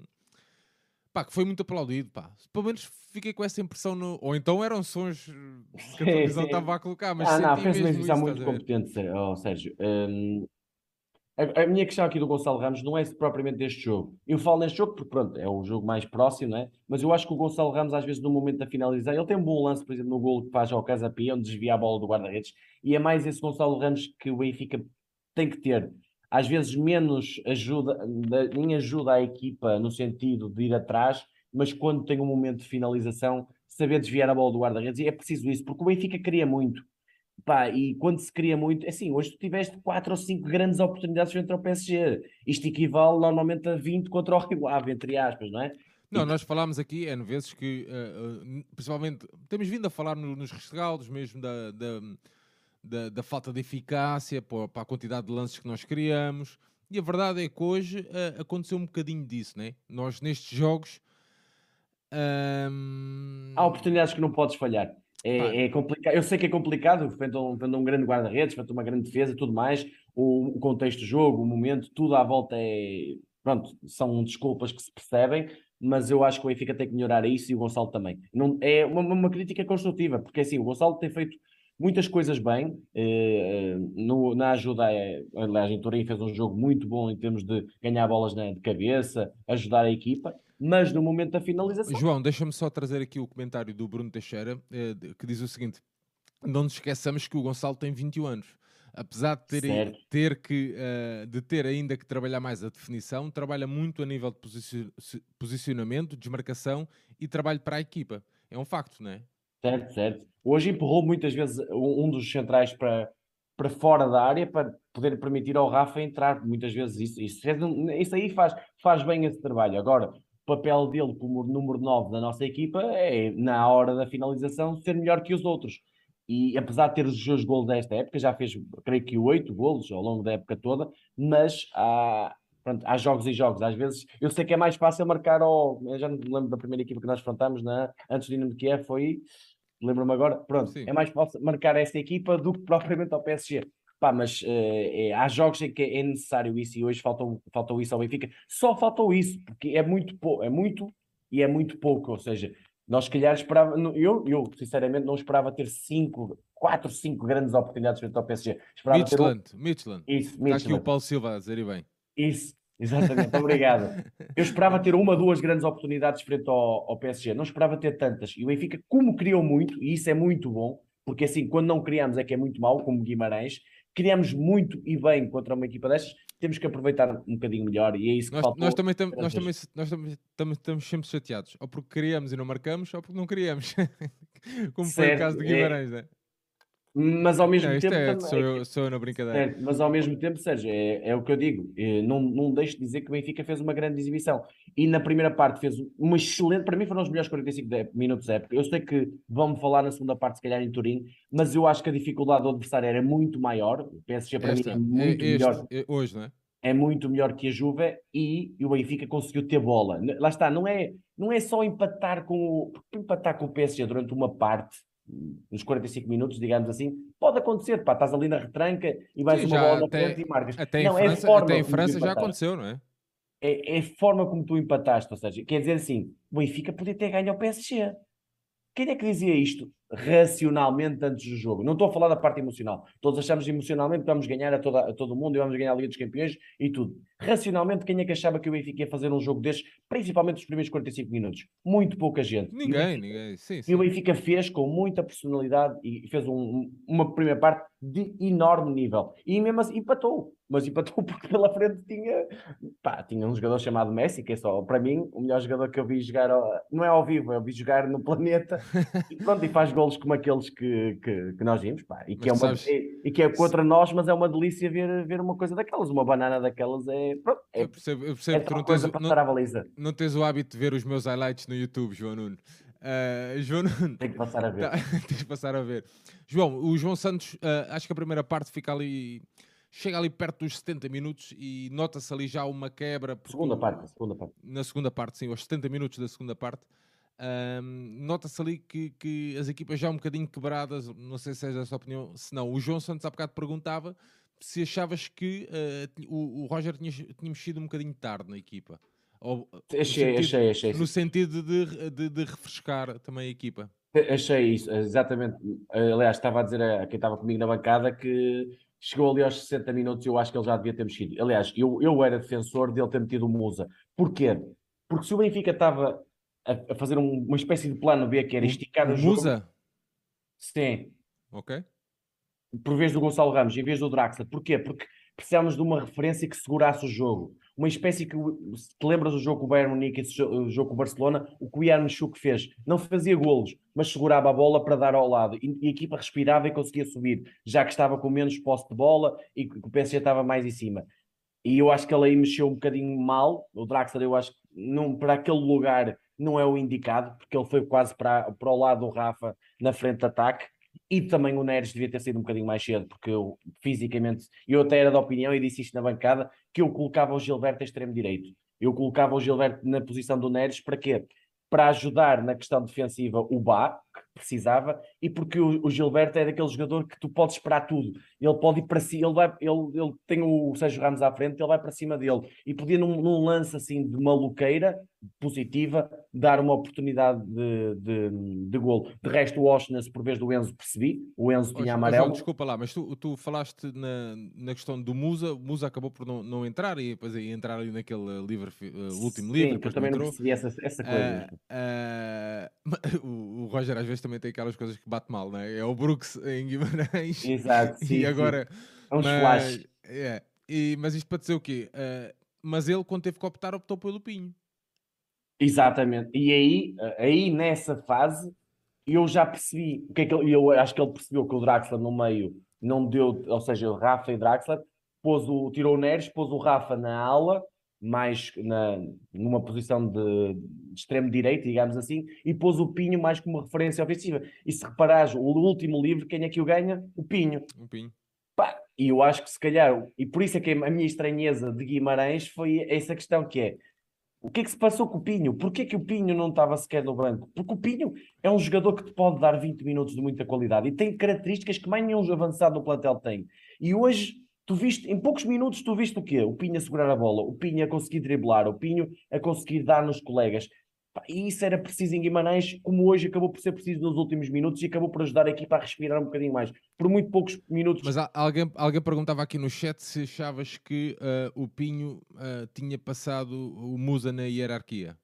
Pá, que foi muito aplaudido, pá. Pelo menos fiquei com essa impressão no... Ou então eram sons eh, que a Sim, televisão sim. estava a colocar, mas Não, não, senti fez uma mesmo exibição isso, muito estás a ver? competente, Sé- oh, Sérgio. Hum, a, a minha questão aqui do Gonçalo Ramos não é propriamente deste jogo. Eu falo neste jogo porque, pronto, é o jogo mais próximo, né? Mas eu acho que o Gonçalo Ramos, às vezes, no momento da finalizar, ele tem um bom lance, por exemplo, no golo que faz ao Casa Pia, onde desvia a bola do guarda-redes, e é mais esse Gonçalo Ramos que o Benfica tem que ter. Às vezes, menos ajuda, da- nem ajuda a equipa no sentido de ir atrás, mas quando tem um momento de finalização, saber desviar a bola do guarda-redes, e é preciso isso, porque o Benfica queria muito. Pá, e quando se cria muito, é assim, hoje tu tiveste quatro ou cinco grandes oportunidades contra o P S G. Isto equivale normalmente a vinte contra o Rio Ave, entre aspas, não é? E, Não, nós falámos aqui N vezes que, eh, eh, principalmente, temos vindo a falar no- nos rescaldos mesmo da, da, da, da falta de eficácia para, para a quantidade de lances que nós criamos. E a verdade é que hoje eh, aconteceu um bocadinho disso, né? Nós nestes jogos. há ahm, oportunidades que não podes falhar. pá, É, é complicado. Eu sei que é complicado, frente a um, frente a um grande guarda-redes, frente a uma grande defesa, tudo mais. O, o contexto do jogo, o momento, tudo à volta é, pronto, são desculpas que se percebem, mas eu acho que o Benfica tem que melhorar isso e o Gonçalo também. Não, é uma, uma crítica construtiva, porque assim, o Gonçalo tem feito muitas coisas bem, eh, no, na ajuda, é, aliás, em Turim fez um jogo muito bom em termos de ganhar bolas na, de cabeça, ajudar a equipa, mas no momento da finalização... João, deixa-me só trazer aqui o comentário do Bruno Teixeira, eh, que diz o seguinte: não nos esqueçamos que o Gonçalo tem vinte e um anos. Apesar de ter, ter que, uh, de ter ainda que trabalhar mais a definição, trabalha muito a nível de posici posicionamento, desmarcação e trabalho para a equipa. É um facto, não é? Certo, certo. Hoje empurrou muitas vezes um, um dos centrais para, para fora da área para poder permitir ao Rafa entrar. Muitas vezes isso, isso, isso aí faz, faz bem esse trabalho. Agora, o papel dele como número nove da nossa equipa é, na hora da finalização, ser melhor que os outros. E apesar de ter os seus golos desta época, já fez, creio que, oito golos ao longo da época toda, mas há, pronto, há jogos e jogos. Às vezes, eu sei que é mais fácil marcar ao... Eu já não me lembro da primeira equipa que nós enfrentámos na, antes do Dinamo de Kiev, foi... Lembro-me agora, pronto, Sim. é mais fácil marcar esta equipa do que propriamente ao P S G. Pá, mas uh, é, há jogos em que é necessário isso e hoje faltou, faltou isso ao Benfica. Só faltou isso, porque é muito pouco, é muito e é muito pouco. Ou seja, nós se calhar esperava, eu, eu sinceramente não esperava ter cinco, quatro, cinco grandes oportunidades frente ao P S G. Esperava Midtjylland, ter um... Midtjylland. Isso, Está aqui o Midtjylland. Paulo Silva a dizer e bem. Isso, exatamente, obrigado. Eu esperava ter uma, duas grandes oportunidades frente ao, ao P S G, não esperava ter tantas. E o Benfica, como criou muito, e isso é muito bom, porque assim, quando não criamos é que é muito mau, como Guimarães, criamos muito e bem contra uma equipa destas, temos que aproveitar um bocadinho melhor, e é isso que Nós, faltou. nós, também, tam, nós, também, nós também estamos, estamos sempre chateados, ou porque queríamos e não marcamos, ou porque não queríamos. Como certo, foi o caso de Guimarães, é... não é? Mas ao mesmo não, isto tempo é, também. sou, eu, sou eu na brincadeira. Certo, mas ao mesmo tempo, Sérgio, é, é o que eu digo. É, não, não deixo de dizer que o Benfica fez uma grande exibição. E na primeira parte fez uma excelente. Para mim, foram os melhores quarenta e cinco de, minutos da época. Eu sei que vão-me falar na segunda parte, se calhar em Turim, mas eu acho que a dificuldade do adversário era muito maior. O P S G, para Esta, mim, é muito é este, melhor. é hoje, não é? É muito melhor que a Juve e, e o Benfica conseguiu ter bola. Lá está, não é, não é só empatar com o, empatar com o P S G durante uma parte, nos quarenta e cinco minutos, digamos assim, pode acontecer, pá, estás ali na retranca e vais Sim, uma já bola na frente até, e marcas. até em Não, é a França, até forma em como tu França já empataste. aconteceu, não é? É, é a forma como tu empataste, ou seja, quer dizer assim, o Benfica podia ter ganho ao P S G. Quem é que dizia isto racionalmente antes do jogo? Não estou a falar da parte emocional. Todos achamos emocionalmente que vamos ganhar a, toda, a todo mundo e vamos ganhar a Liga dos Campeões e tudo. Racionalmente, quem é que achava que o Benfica ia fazer um jogo destes, principalmente os primeiros quarenta e cinco minutos? Muito pouca gente. E o Ninguém, Benfica, ninguém. Sim, e o sim. Benfica fez com muita personalidade e fez um, uma primeira parte de enorme nível. E mesmo assim empatou. Mas empatou porque pela frente tinha, pá, tinha um jogador chamado Messi, que é só, para mim, o melhor jogador que eu vi jogar, não é ao vivo, eu vi jogar no planeta. E pronto, e faz golos como aqueles que, que, que nós vimos, pá, e que Mas é tu uma sabes, e, e que é contra nós, mas é uma delícia ver, ver uma coisa daquelas, uma banana daquelas é, pronto, eu é, percebo, eu é percebo que tu tal não tens, coisa o- para não, passar a baliza. não tens o hábito de ver os meus highlights no YouTube, João Nuno. Ah, João Nuno, Tem que passar a tá, ver. tens de passar a ver. João, o João Santos, ah, acho que a primeira parte fica ali, chega ali perto dos setenta minutos e nota-se ali já uma quebra, porque Segunda o- parte, segunda parte. na segunda parte, sim, aos setenta minutos da segunda parte, ahm, nota-se ali que, que as equipas já um bocadinho quebradas, não sei se é essa a opinião, se não, o João Santos há bocado perguntava se achavas que ah, ti- o, o Roger tinha, tinha mexido um bocadinho tarde na equipa, ou, no Achei, sentido, achei, achei, no sentido de, de, de refrescar também a equipa. achei isso, exatamente. Aliás, estava a dizer a quem estava comigo na bancada que chegou ali aos sessenta minutos e eu acho que ele já devia ter mexido. Aliás, eu, eu era defensor dele ter metido o Musa. Porquê? Porque se o Benfica estava a, a fazer um- uma espécie de plano B, que era O, esticar o o jogo, Musa, sim, ok? por vez do Gonçalo Ramos, em vez do Draxler. Porquê? Porque precisávamos de uma referência que segurasse o jogo. Uma espécie que, se te lembras do jogo com o Bayern Munique, esse jogo, o jogo com o Barcelona, o que o Yarmouk fez? Não fazia golos, mas segurava a bola para dar ao lado. E, e a equipa respirava e conseguia subir, já que estava com menos posse de bola e que o P S G estava mais em cima. E eu acho que ele aí mexeu um bocadinho mal. O Draxler, eu acho que não, para aquele lugar não é o indicado, porque ele foi quase para, para o lado do Rafa na frente de ataque. E também o Neres devia ter sido um bocadinho mais cedo, porque eu fisicamente, eu até era da opinião e disse isto na bancada, que eu colocava o Gilberto a extremo direito. Eu colocava o Gilberto na posição do Neres para quê? Para ajudar na questão defensiva o Bá, precisava e porque o, o Gilberto é daquele jogador que tu podes esperar tudo. Ele pode ir para cima, ele, vai, ele, ele tem o Sérgio Ramos à frente, ele vai para cima dele e podia num, num lance assim de maluqueira positiva dar uma oportunidade de, de, de golo. De resto, o Oshness, por vez do Enzo, percebi, o Enzo Oh, tinha Jo- oh, João, amarelo. desculpa lá, mas tu, tu falaste na, na questão do Musa, o Musa acabou por não, não entrar e depois ia entrar ali naquele livre, fi- eh, último livre, Sim, que eu depois não também não entrou. percebi essa, essa coisa. Ah, ah, o, o Roger às vezes também tem aquelas coisas que bate mal, né? É o Brooks em Guimarães Exato, e sim, sim. agora, É uns mas, flash. é, e, mas isto para dizer o quê? Ah, mas ele, quando teve que optar, optou pelo Pinho. Exatamente. E aí, aí nessa fase, eu já percebi o que é que ele, eu acho que ele percebeu que o Draxler no meio não deu, ou seja, o Rafa e Draxler, pôs o, tirou o Neres, pôs o Rafa na ala, mais na, numa posição de, de extremo direito, digamos assim, e pôs o Pinho mais como referência ofensiva. E se reparares, o último livro, quem é que o ganha? O Pinho. Um Pinho. Pá, e eu acho que se calhar, e por isso é que a minha estranheza de Guimarães foi essa questão que é, o que é que se passou com o Pinho? Porquê que o Pinho não estava sequer no banco? Porque o Pinho é um jogador que te pode dar vinte minutos de muita qualidade e tem características que mais nenhum avançado no plantel tem. E hoje, tu viste, em poucos minutos, tu viste o quê? O Pinho a segurar a bola, o Pinho a conseguir driblar, o Pinho a conseguir dar nos colegas. Pá, e isso era preciso em Guimarães, como hoje acabou por ser preciso nos últimos minutos e acabou por ajudar a equipa a respirar um bocadinho mais. Por muito poucos minutos. Mas há- alguém, alguém perguntava aqui no chat se achavas que ah, o Pinho ah, tinha passado o Musa na hierarquia.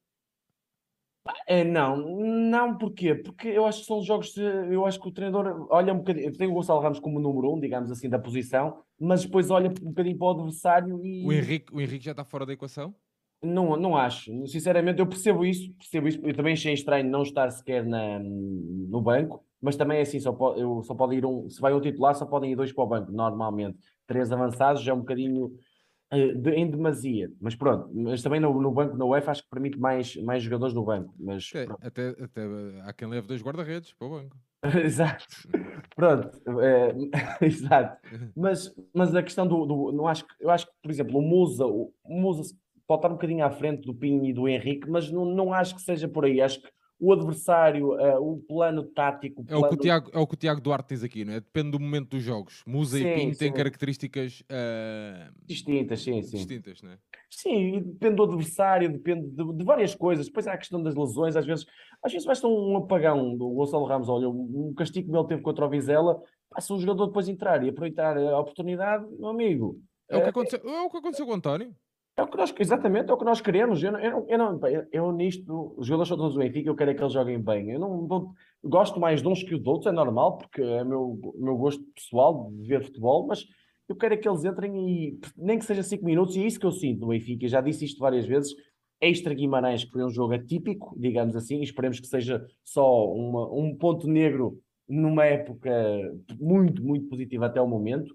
É, não, não, porquê? Porque eu acho que são jogos, de- eu acho que o treinador olha um bocadinho, tem o Gonçalo Ramos como número um, digamos assim, da posição, mas depois olha um bocadinho para o adversário O e Henrique, o Henrique já está fora da equação? não, não acho. Sinceramente, eu percebo isso, percebo isso. Eu também achei estranho não estar sequer na, no banco, mas também é assim, só pode, eu, só pode ir um, se vai um titular, só podem ir dois para o banco, normalmente. Três avançados já é um bocadinho eh, de- em demasia, mas pronto, mas também no, no banco, na UEFA, acho que permite mais, mais jogadores no banco, mas Até, pronto. até, até há quem leve dois guarda-redes para o banco. Exato. Pronto, é, exato. Mas, mas a questão do, do- não acho que, eu acho que, por exemplo, o Musa, o, o Musa pode estar um bocadinho à frente do Pinho e do Henrique, mas não, não acho que seja por aí. Acho que o adversário, eh, o plano tático, o É o que o plano. Tiago, é o que o Tiago Duarte diz aqui, não é? Depende do momento dos jogos. Musa e Sim, Pinho têm sim. características ah, Distintas, sim, sim. distintas, não é? Sim, e depende do adversário, depende de, de várias coisas. Depois há a questão das lesões, às vezes, às vezes basta um apagão do Gonçalo Ramos, olha, um castigo que ele teve contra o Vizela, passa um jogador depois entrar e aproveitar a oportunidade, meu amigo. É o que É, aconteceu, é o que aconteceu com o António. é o que nós, exatamente, é o que nós queremos. Eu, não- eu, não- eu, não- pá, eu, eu nisto, os jogadores são todos do Benfica, eu quero é que eles joguem bem. Eu não, não- gosto mais de uns que de outros, é normal, porque é o meu, o meu gosto pessoal de ver futebol, mas eu quero é que eles entrem e nem que seja cinco minutos, e é isso que eu sinto no Benfica. Eu já disse isto várias vezes. Extra Guimarães, que foi um jogo atípico, digamos assim, e esperemos que seja só uma, um ponto negro numa época muito, muito positiva até o momento.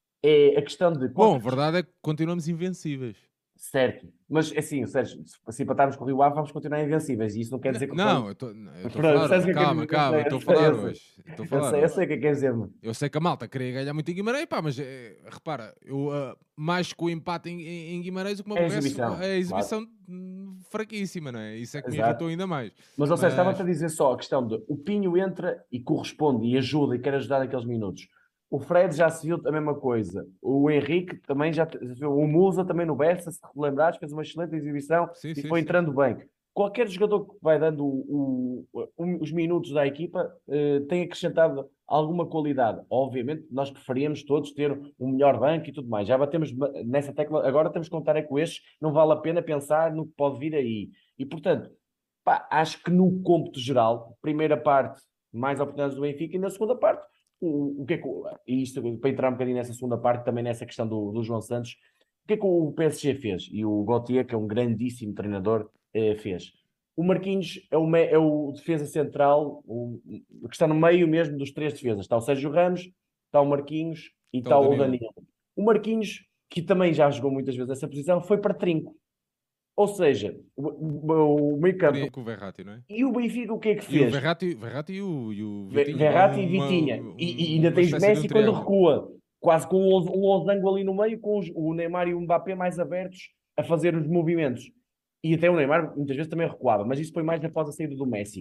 É a questão de Bom, a qualquer. verdade é que continuamos invencíveis. Certo, mas assim, Sérgio, se se empatarmos com o Rio Ave, vamos continuar invencíveis, e isso não quer N- dizer que o plano. Não, eu estou eu estou a Pronto, falar. sabes o que é que eu Calma, dizer? Eu calma, sei, eu eu estou a sei, falar eu sei, hoje. Eu estou a eu falar sei, eu hoje. sei o que é que queres dizer. Eu sei que a malta queria ganhar muito em Guimarães, pá, mas eh, repara, eu, ah, mais que o empate em, em- em Guimarães, o que me É a aborrece exibição, é a claro, exibição hum, fraquíssima, não é? Isso é que me irritou exato. ainda mais. Mas, ou seja, estava-te a Mas, dizer só a questão de o Pinho entra e corresponde e ajuda e quer ajudar naqueles minutos. O Fred já se viu a mesma coisa. O Henrique também já. O Musa também no Bessa, se te lembrares, fez uma excelente exibição sim, e sim, foi sim. entrando bem. Qualquer jogador que vai dando o- o- o- os minutos da equipa eh, tem acrescentado alguma qualidade. Obviamente, nós preferíamos todos ter um melhor banco e tudo mais. Já batemos ba- nessa tecla. Agora temos que contar é com estes. Não vale a pena pensar no que pode vir aí. E, portanto, pá, acho que no cômputo geral, primeira parte, mais oportunidades do Benfica, e na segunda parte, o, o que é que, o- e isto para entrar um bocadinho nessa segunda parte, também nessa questão do, do João Santos, o que é que o P S G fez? E o Gautier, que é um grandíssimo treinador, eh, fez. O Marquinhos é o, me- é o defesa central, o, o que está no meio mesmo dos três defesas. Está o Sérgio Ramos, está o Marquinhos e Está o está o Danilo. Danilo. O Marquinhos, que também já jogou muitas vezes essa posição, foi para trinco. Ou seja, o, o, o meio campo. Teria com o Verratti, não é? E o Benfica o que é que E o fez? Verratti, Verratti e, o, e o Ve- Vitinha, Verratti e uma, Vitinha. E, e um- ainda uma tens espécie de um Messi quando triângulo. recua. Quase com um los- um losango ali no meio, com os- o Neymar e o Mbappé mais abertos a fazer os movimentos. E até o Neymar muitas vezes também recuava, mas isso foi mais após a saída do Messi.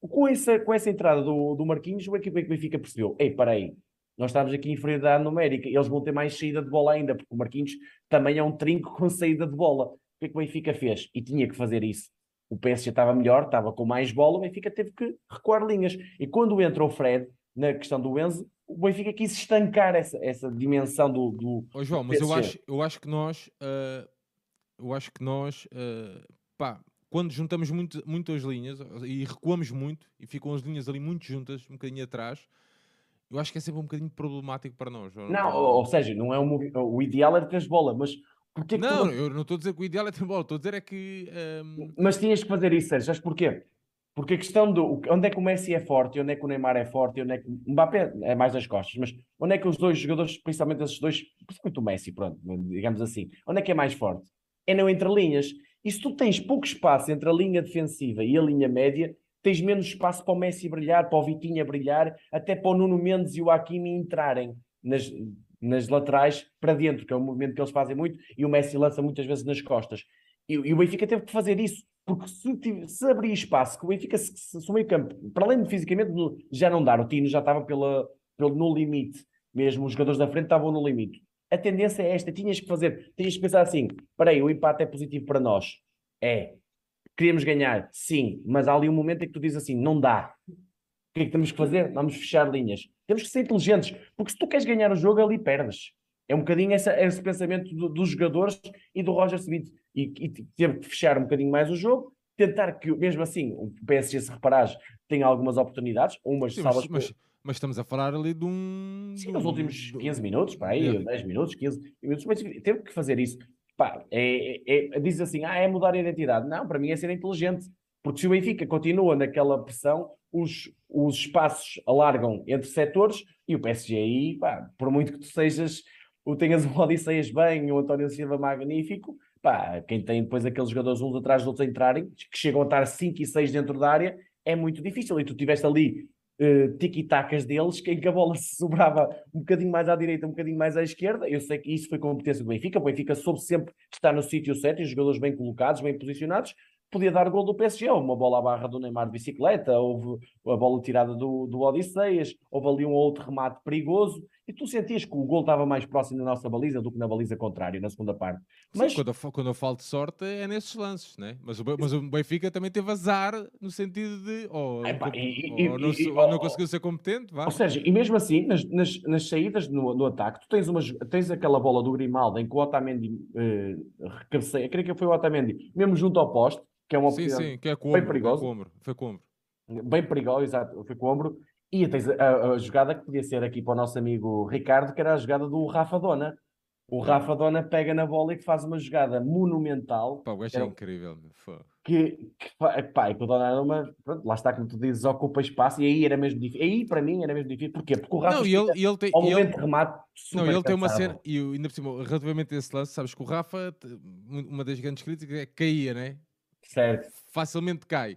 Com essa, com essa entrada do, do Marquinhos, o equipe que o Benfica percebeu: ei, peraí, nós estamos aqui em inferioridade numérica, eles vão ter mais saída de bola ainda, porque o Marquinhos também é um trinco com saída de bola. O que é que o Benfica fez? E tinha que fazer isso. O P S G estava melhor, estava com mais bola, o Benfica teve que recuar linhas. E quando entra o Fred, na questão do Enzo, o Benfica quis estancar essa, essa dimensão do, do, Ó do João, mas eu P S G. acho, eu acho que nós, ah, eu acho que nós, ah, pá, quando juntamos muito, muito as linhas e recuamos muito e ficam as linhas ali muito juntas, um bocadinho atrás, eu acho que é sempre um bocadinho problemático para nós. Ou, Não, ou, ou- ou seja, não é um, movi- o ideal era ter bola, mas porquê que tu Não, não. eu não estou a dizer que o ideal é ter bola, estou a dizer é que ahm, Mas tinhas que fazer isso, Sérgio, sabes porquê? Porque a questão do onde é que o Messi é forte, onde é que o Neymar é forte, onde é que o Mbappé é mais das costas, mas onde é que os dois jogadores, principalmente esses dois, principalmente o Messi, pronto, digamos assim, onde é que é mais forte? É não entre linhas. E se tu tens pouco espaço entre a linha defensiva e a linha média, tens menos espaço para o Messi brilhar, para o Vitinha brilhar, até para o Nuno Mendes e o Hakimi entrarem nas, nas laterais para dentro, que é um movimento que eles fazem muito, e o Messi lança muitas vezes nas costas. E, e o Benfica teve que fazer isso, porque se, tive- se abrir espaço, que o Benfica, se, se, se o meio campo, para além de fisicamente no- já não dar, o Tino já estava pela, pelo, no limite, mesmo os jogadores da frente estavam no limite. A tendência é esta, tinhas que fazer, tinhas que pensar assim, espera aí, o empate é positivo para nós. É. Queríamos ganhar, sim, mas há ali um momento em que tu dizes assim, não dá. O que é que temos que fazer? Vamos fechar linhas. Temos que ser inteligentes, porque se tu queres ganhar o jogo, ali perdes. É um bocadinho essa, esse pensamento do- dos jogadores e do Roger Smith. E, e teve que fechar um bocadinho mais o jogo, tentar que, mesmo assim, o P S G, se reparares, tem algumas oportunidades, umas sim, mas, salvas mas, por. mas estamos a falar ali de um, de Sim, nos um- últimos de quinze um- minutos, para aí, de- dez minutos, quinze minutos, mas teve que fazer isso. Pá, é, é, é- diz assim, ah, é mudar a identidade. Não, para mim é ser inteligente. Porque se o Benfica continua naquela pressão, os, os espaços alargam entre setores e o P S G aí, pá, por muito que tu sejas, ou tenhas o Odisseias bem, o António Silva magnífico, pá, quem tem depois aqueles jogadores uns atrás dos outros entrarem, que chegam a estar cinco e seis dentro da área, é muito difícil. E tu tiveste ali uh, tiki-tacas deles, que em que a bola se sobrava um bocadinho mais à direita, um bocadinho mais à esquerda. Eu sei que isso foi competência do Benfica. O Benfica soube sempre estar no sítio certo e os jogadores bem colocados, bem posicionados. Podia dar gol do P S G, houve uma bola à barra do Neymar de bicicleta, houve a bola tirada do, do Odisseias, houve ali um outro remate perigoso, e tu sentias que o gol estava mais próximo da nossa baliza do que na baliza contrária, na segunda parte. Sim, Mas quando eu, fa- quando eu falo de sorte é nesses lances, né? Mas o, Be- mas o Benfica também teve azar no sentido de ou, epá, incom- e, e, ou não, se- e, e, ou não oh, conseguiu ser competente, Ou vá. seja, e mesmo assim, nas, nas, nas saídas no, no ataque, tu tens, uma, tens aquela bola do Grimaldo em que o Otamendi eh, recabeceia, creio que foi o Otamendi, mesmo junto ao poste, que é uma Sim, oportunidade sim, que é com o bem ombro, é com perigosa, o ombro, foi com o ombro. bem perigosa, exato, foi com o ombro, e tens a, a, a jogada que podia ser aqui para o nosso amigo Ricardo, que era a jogada do Rafa Dona. O Yeah. Rafa Dona pega na bola e que faz uma jogada monumental, Pá, o gajo é era, incrível, meu. Fogo. que, que fa- pá, e que o Donnarumma, pronto, lá está como tu dizes, ocupa espaço, e aí era mesmo difícil. Aí para mim era mesmo difícil. Porquê? Porque o Rafa Não, e ele, chega e ele tem, ao e ele, momento de remate não, e super ele tem uma cena, cansado. e o- ainda por cima, relativamente a esse lance, sabes que o Rafa, te- uma das grandes críticas é que caía, né? Certo, Facilmente cai.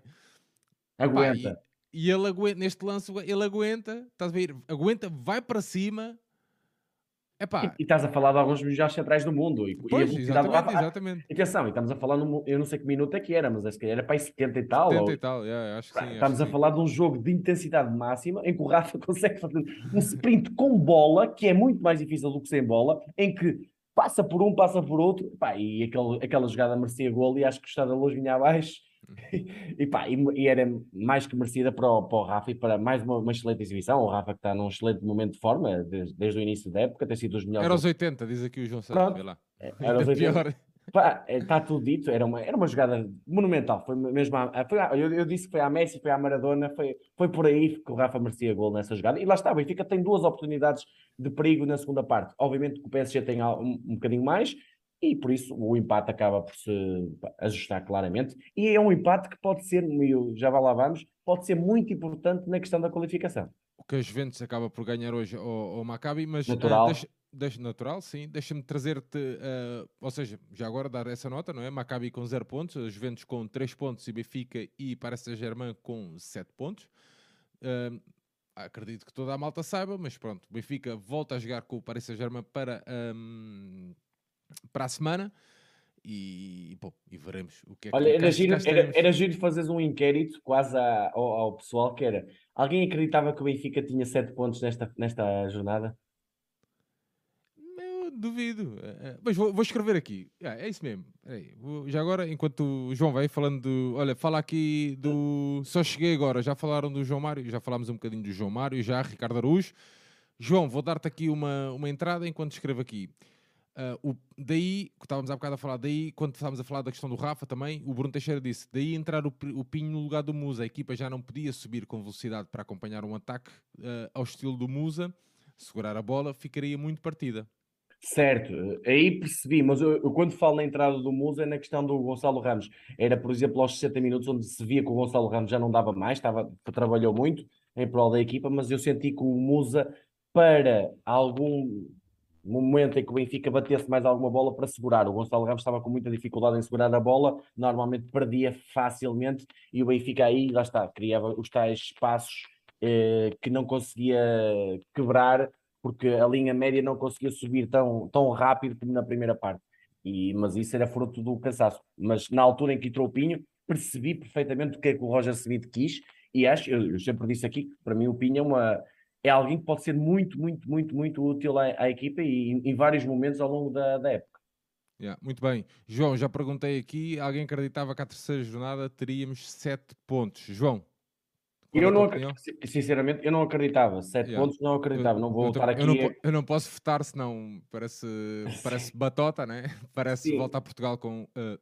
Pá, e, aguenta. e ele aguenta, neste lance, ele aguenta, estás a ver? Aguenta, vai para cima, é E, pá, e estás a falar de alguns melhores centrais do mundo e, e a pois, velocidade do Rafa. exatamente, Ah, exatamente. atenção, e estamos a falar, num, eu não sei que minuto é que era, mas acho que era para aí setenta e tal. setenta Ou, e tal, yeah, acho que sim, acho que estamos a sim. falar de um jogo de intensidade máxima em que o Rafa consegue fazer um sprint com bola, que é muito mais difícil do que sem bola, em que passa por um, passa por outro, pá, e aquele, aquela jogada merecia gol e acho que o Estado da Luz vinha abaixo. E, pá, e, e era mais que merecida para o, para o Rafa e para mais uma, uma excelente exibição. O Rafa que está num excelente momento de forma desde, desde o início da época, tem sido dos melhores. Era aos oitenta, diz aqui o João Santos, vê Pronto, lá. é, era os Ainda oitenta. pior. Pá, está tudo dito, era uma, era uma jogada monumental. Foi mesmo a- foi a- eu, eu disse que foi à Messi, foi à Maradona, foi, foi por aí que o Rafa merecia gol nessa jogada. E lá está, o Benfica tem duas oportunidades de perigo na segunda parte. Obviamente que o P S G tem al- um, um bocadinho mais, e por isso o empate acaba por se pá, ajustar claramente. E é um empate que pode ser, e eu- já lá vamos, pode ser muito importante na questão da qualificação. O que a Juventus acaba por ganhar hoje ao, ao Maccabi, mas ah, deixa, Natural. deixa, natural, sim, deixa-me trazer-te, ah, ou seja, já agora dar essa nota, não é? Maccabi com zero pontos, a Juventus com três pontos e Benfica e Paris Saint-Germain com sete pontos. Ah, acredito que toda a malta saiba, mas pronto, o Benfica volta a jogar com o Paris Saint-Germain para, ahm, para a semana. e, e, bom, e veremos o que é Olha, que cá, era cá giro, era, estaremos. era giro fazeres um inquérito quase à- ao, ao pessoal que era. Alguém acreditava que o Benfica tinha sete pontos nesta, nesta jornada? Eu duvido. É, é, mas vou, vou escrever aqui. Ah, é isso mesmo. Peraí, vou- já agora, enquanto o João vai falando do. Olha, fala aqui do. Só cheguei agora, já falaram do João Mário, já falámos um bocadinho do João Mário, já, Ricardo Araújo. João, vou dar-te aqui uma, uma entrada enquanto escrevo aqui. Ah, o, daí, que estávamos há bocado a falar, daí, quando estávamos a falar da questão do Rafa também, o Bruno Teixeira disse: daí entrar o, o Pinho no lugar do Musa. A equipa já não podia subir com velocidade para acompanhar um ataque ah, ao estilo do Musa, segurar a bola, ficaria muito partida. Certo, eh, aí percebi, mas eu, eu quando falo na entrada do Musa é na questão do Gonçalo Ramos. Era, por exemplo, aos sessenta minutos, onde se via que o Gonçalo Ramos já não dava mais, estava, trabalhou muito em prol da equipa, mas eu senti que o Musa, para algum momento em que o Benfica batesse mais alguma bola para segurar, o Gonçalo Ramos estava com muita dificuldade em segurar a bola, normalmente perdia facilmente, e o Benfica aí, lá está, criava os tais espaços eh, que não conseguia quebrar porque a linha média não conseguia subir tão, tão rápido como na primeira parte. E, mas isso era fruto do cansaço. Mas na altura em que entrou o Pinho, percebi perfeitamente o que é que o Roger Smith quis e acho, eu, eu sempre disse aqui, que para mim o Pinho é, uma, é alguém que pode ser muito, muito, muito, muito útil à, à equipa e em, em vários momentos ao longo da, da época. Yeah, muito bem. João, já perguntei aqui, alguém acreditava que à terceira jornada teríamos sete pontos. João, qual é a Eu tua não, opinião? sinceramente, eu não acreditava. Sete Yeah. pontos não Eu, acreditava. Não vou eu, estar tam- eu, não, aqui. po- eu não posso votar, senão parece, parece batota, né? Parece Sim. voltar a Portugal com. uh,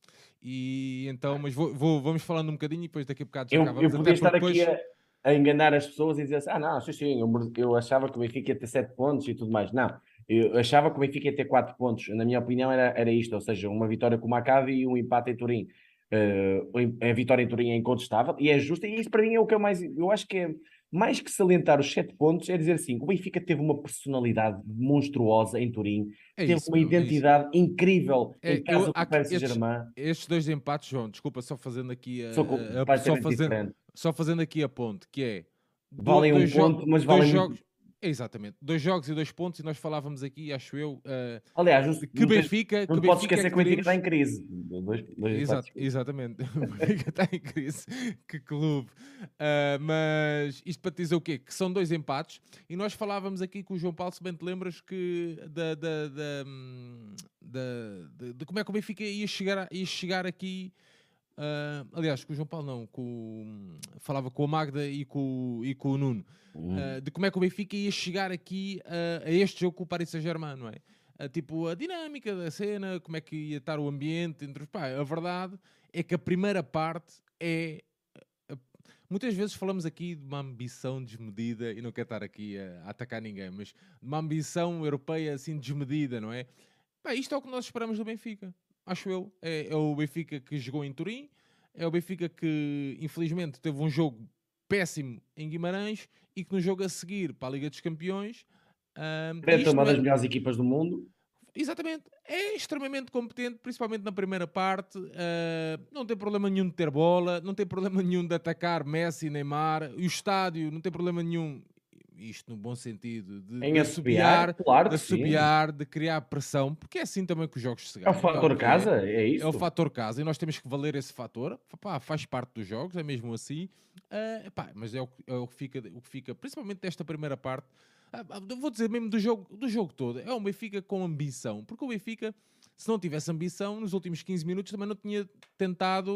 e então, mas vou, vou- vamos falando um bocadinho e depois daqui a bocado já cá Eu, eu vamos, podia até estar porque aqui depois. a, a enganar as pessoas e dizer assim: ah, não, sim, sim, eu, mere- eu achava que o Benfica ia ter sete pontos e tudo mais. Não, eu achava que o Benfica ia ter quatro pontos. Na minha opinião, era, era isto: ou seja, uma vitória com o Maccabi e um empate em Turim. Eh, a vitória em Turim é incontestável e é justa, e isso para mim é o que é mais. Eu acho que é mais que salientar os sete pontos, é dizer assim: o Benfica teve uma personalidade monstruosa em Turim, É teve isso, uma meu, é isso. identidade incrível em É, eu, casa com o aqui, Paris estes, Saint-Germain. estes dois empates, João, desculpa, só fazendo aqui São a, a- a- só completamente fazendo, diferentes. só fazendo aqui a ponte, que é do- Valem um dois, jo- ponto, mas dois valem muito. jogos, é exatamente, dois jogos e dois pontos, e nós falávamos aqui, acho eu, eh, Aliás, de que não, tens, Benfica, não que te podes Benfica é esquecer que que o Benfica está teríamos. em crise. Dois, dois empates. Exato, exatamente, o Benfica está em crise, que clube. Ah, mas isto para te dizer o quê? Que são dois empates, e nós falávamos aqui com o João Paulo, se bem te lembras, que da, da, da, hum, da- de, de como é que o Benfica ia chegar, a- ia chegar aqui. Ah, aliás, com o João Paulo não, com, falava com a Magda e com, e com o Nuno, Hum. ah, de como é que o Benfica ia chegar aqui a, a este jogo com o Paris Saint-Germain, não é? Ah, tipo, a dinâmica da cena, como é que ia estar o ambiente entre os pais. A verdade é que a primeira parte é. a- Muitas vezes falamos aqui de uma ambição desmedida, e não quero estar aqui a, a atacar ninguém, mas de uma ambição europeia assim desmedida, não é? Pá, isto é o que nós esperamos do Benfica, acho eu. É, é o Benfica que jogou em Turim, é o Benfica que infelizmente teve um jogo péssimo em Guimarães e que no jogo a seguir para a Liga dos Campeões, ahm, e Enfrenta isto uma não das é. melhores equipas do mundo. Exatamente, é extremamente competente, principalmente na primeira parte. ah, não tem problema nenhum de ter bola, não tem problema nenhum de atacar Messi, Neymar, e o estádio não tem problema nenhum, isto no bom sentido, de, Em de assobiar, assobiar, claro de que sim. assobiar, de criar pressão, porque é assim também que os jogos se É o ganham, é o fator que é, casa, é é o isso. fator casa, e nós temos que valer esse fator. Pá, faz parte dos jogos, é mesmo assim. Ah, pá, mas é o, que- é o que fica, o que fica, principalmente desta primeira parte. Ah, ah, vou dizer mesmo do jogo, do jogo todo, é o Benfica com ambição, porque o Benfica, se não tivesse ambição, nos últimos quinze minutos também não tinha tentado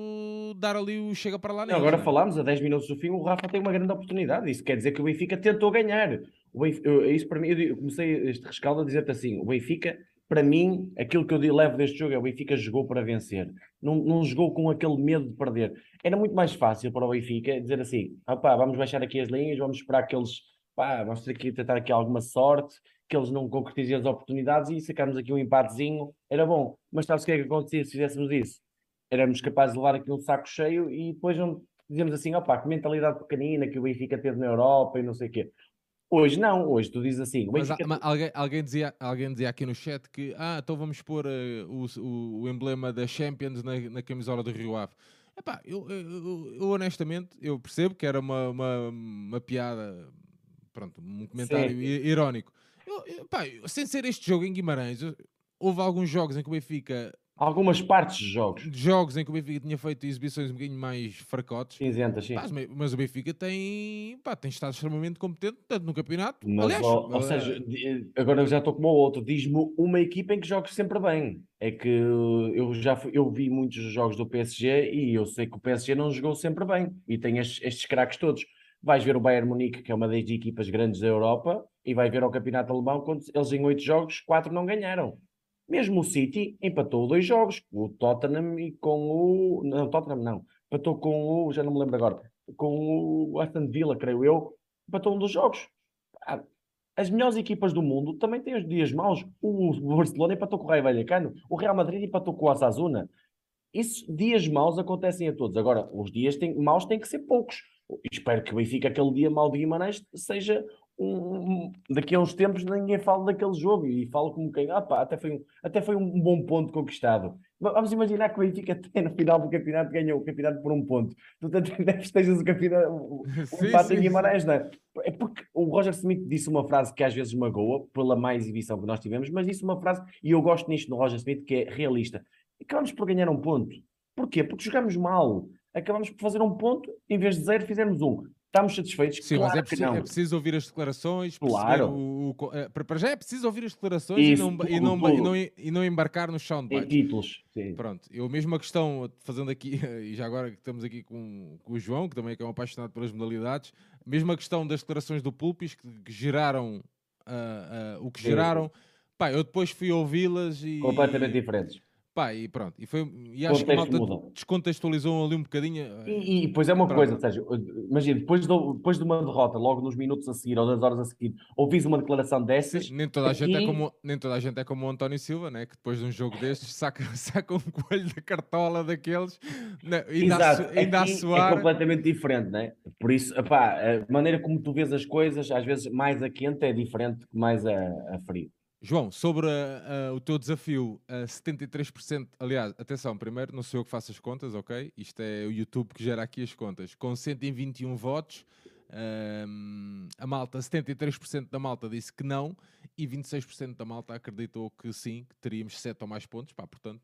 dar ali o chega para lá Não, neles, agora não é? falámos, a dez minutos do fim, o Rafa tem uma grande oportunidade. Isso quer dizer que o Benfica tentou ganhar. O Benfica, eu- isso para mim, eu, digo- eu comecei este rescaldo a dizer-te assim: o Benfica, para mim, aquilo que eu digo- levo deste jogo é o Benfica jogou para vencer. Não, não jogou com aquele medo de perder. Era muito mais fácil para o Benfica dizer assim: ah, pá, vamos baixar aqui as linhas, vamos esperar que eles, pá, vamos ter que tentar aqui alguma sorte, que eles não concretizem as oportunidades e sacarmos aqui um empatezinho. Era bom. Mas sabes o que é que acontecia se fizéssemos isso? Éramos capazes de levar aquilo de saco cheio e depois não dizemos assim, opá, que mentalidade pequenina que o Benfica teve na Europa e não sei o quê. Hoje não, hoje tu dizes assim, o Mas, há- Benfica... ma- alguém, alguém, dizia, alguém dizia aqui no chat que ah, então vamos pôr eh, o, o, o emblema da Champions na, na camisola do Rio Ave. Epá, eu, eu, eu- eu honestamente eu percebo que era uma, uma, uma piada, pronto, um Sim, comentário i- irónico. Eu, eu, pá, eu- sem ser este jogo em Guimarães, eu- houve alguns jogos em que o Benfica Algumas partes de jogos. De jogos em que o Benfica tinha feito exibições um bocadinho mais fracotes. Cinzentas, sim. Pá, mas o Benfica tem, pá, tem estado extremamente competente, tanto no campeonato. Mas, Aliás, ou, ou seja, uh, di- agora eu já estou como o outro. Diz-me uma equipa em que jogues sempre bem. É que eu já fui- eu vi muitos jogos do P S G e eu sei que o P S G não jogou sempre bem. E tem estes, estes craques todos. Vais ver o Bayern Munique, que é uma das equipas grandes da Europa, e vai ver ao Campeonato Alemão, quando eles em oito jogos, quatro não ganharam. Mesmo o City empatou dois jogos, com o Tottenham e com o. Não, Tottenham não. Empatou com o. Já não me lembro agora. Com o Aston Villa, creio eu. Empatou um dos jogos. Ah, as melhores equipas do mundo também têm os dias maus. O Barcelona empatou com o Raio Vallecano, o Real Madrid empatou com o Osasuna. Esses dias maus acontecem a todos. Agora, os dias têm, maus têm que ser poucos. Espero que o Benfica, aquele dia mau de Guimarães, seja um, um- daqui a uns tempos ninguém fala daquele jogo e fala como quem, ah pá, até foi um, até foi um bom ponto conquistado. Vamos imaginar que o Benfica até no final do campeonato ganhou o campeonato por um ponto. Tu até festejas o, campeonato, o, o sim, empate em sim, sim. Guimarães, não é? É porque o Roger Smith disse uma frase que às vezes magoa pela má exibição que nós tivemos, mas disse uma frase, e eu gosto nisto do Roger Smith, que é realista. Acabamos por ganhar um ponto. Porquê? Porque jogamos mal. Acabamos por fazer um ponto, em vez de zero, fizemos um. Estamos satisfeitos? Sim, mas é, Claro que preci- é não. preciso ouvir as declarações, perceber o. Claro. o co- eh, para para já é preciso ouvir as declarações e Isso, não, ba- e tudo, não, ba- e não, tudo. e não embarcar nos Em soundbites. títulos. Sim. Pronto, eu mesmo a questão, fazendo aqui, e já agora que estamos aqui com, com o João, que também é, que é um apaixonado pelas modalidades, mesmo a questão das declarações do Pulpis, que, que geraram ah, ah, o que Sim, sim. geraram, pá, eu depois fui ouvi-las Completamente e, diferentes. pá, e pronto, e, foi, e O acho que a contexto malta muda. descontextualizou ali um bocadinho, eh, E, e depois é uma pronto. coisa, ou seja, imagina, depois, do, depois de uma derrota, logo nos minutos a seguir ou das horas a seguir, ouvis uma declaração Sim, dessas, nem toda a gente é aqui, como, nem toda a gente é como o António Silva, né? Que depois de um jogo destes saca, saca um coelho da cartola daqueles, né? ainda, a, su- exato, ainda a aqui é suar. completamente diferente, né? Por isso, epá, a maneira como tu vês as coisas, às vezes mais a quente é diferente que mais a, a frio. João, sobre a- a- o teu desafio, a setenta e três por cento, aliás, atenção, primeiro, não sou eu que faço as contas, ok? Isto é o YouTube que gera aqui as contas. Com cento e vinte e um votos, hum, a malta, setenta e três por cento da malta disse que não e vinte e seis por cento da malta acreditou que sim, que teríamos sete ou mais pontos, pá, portanto,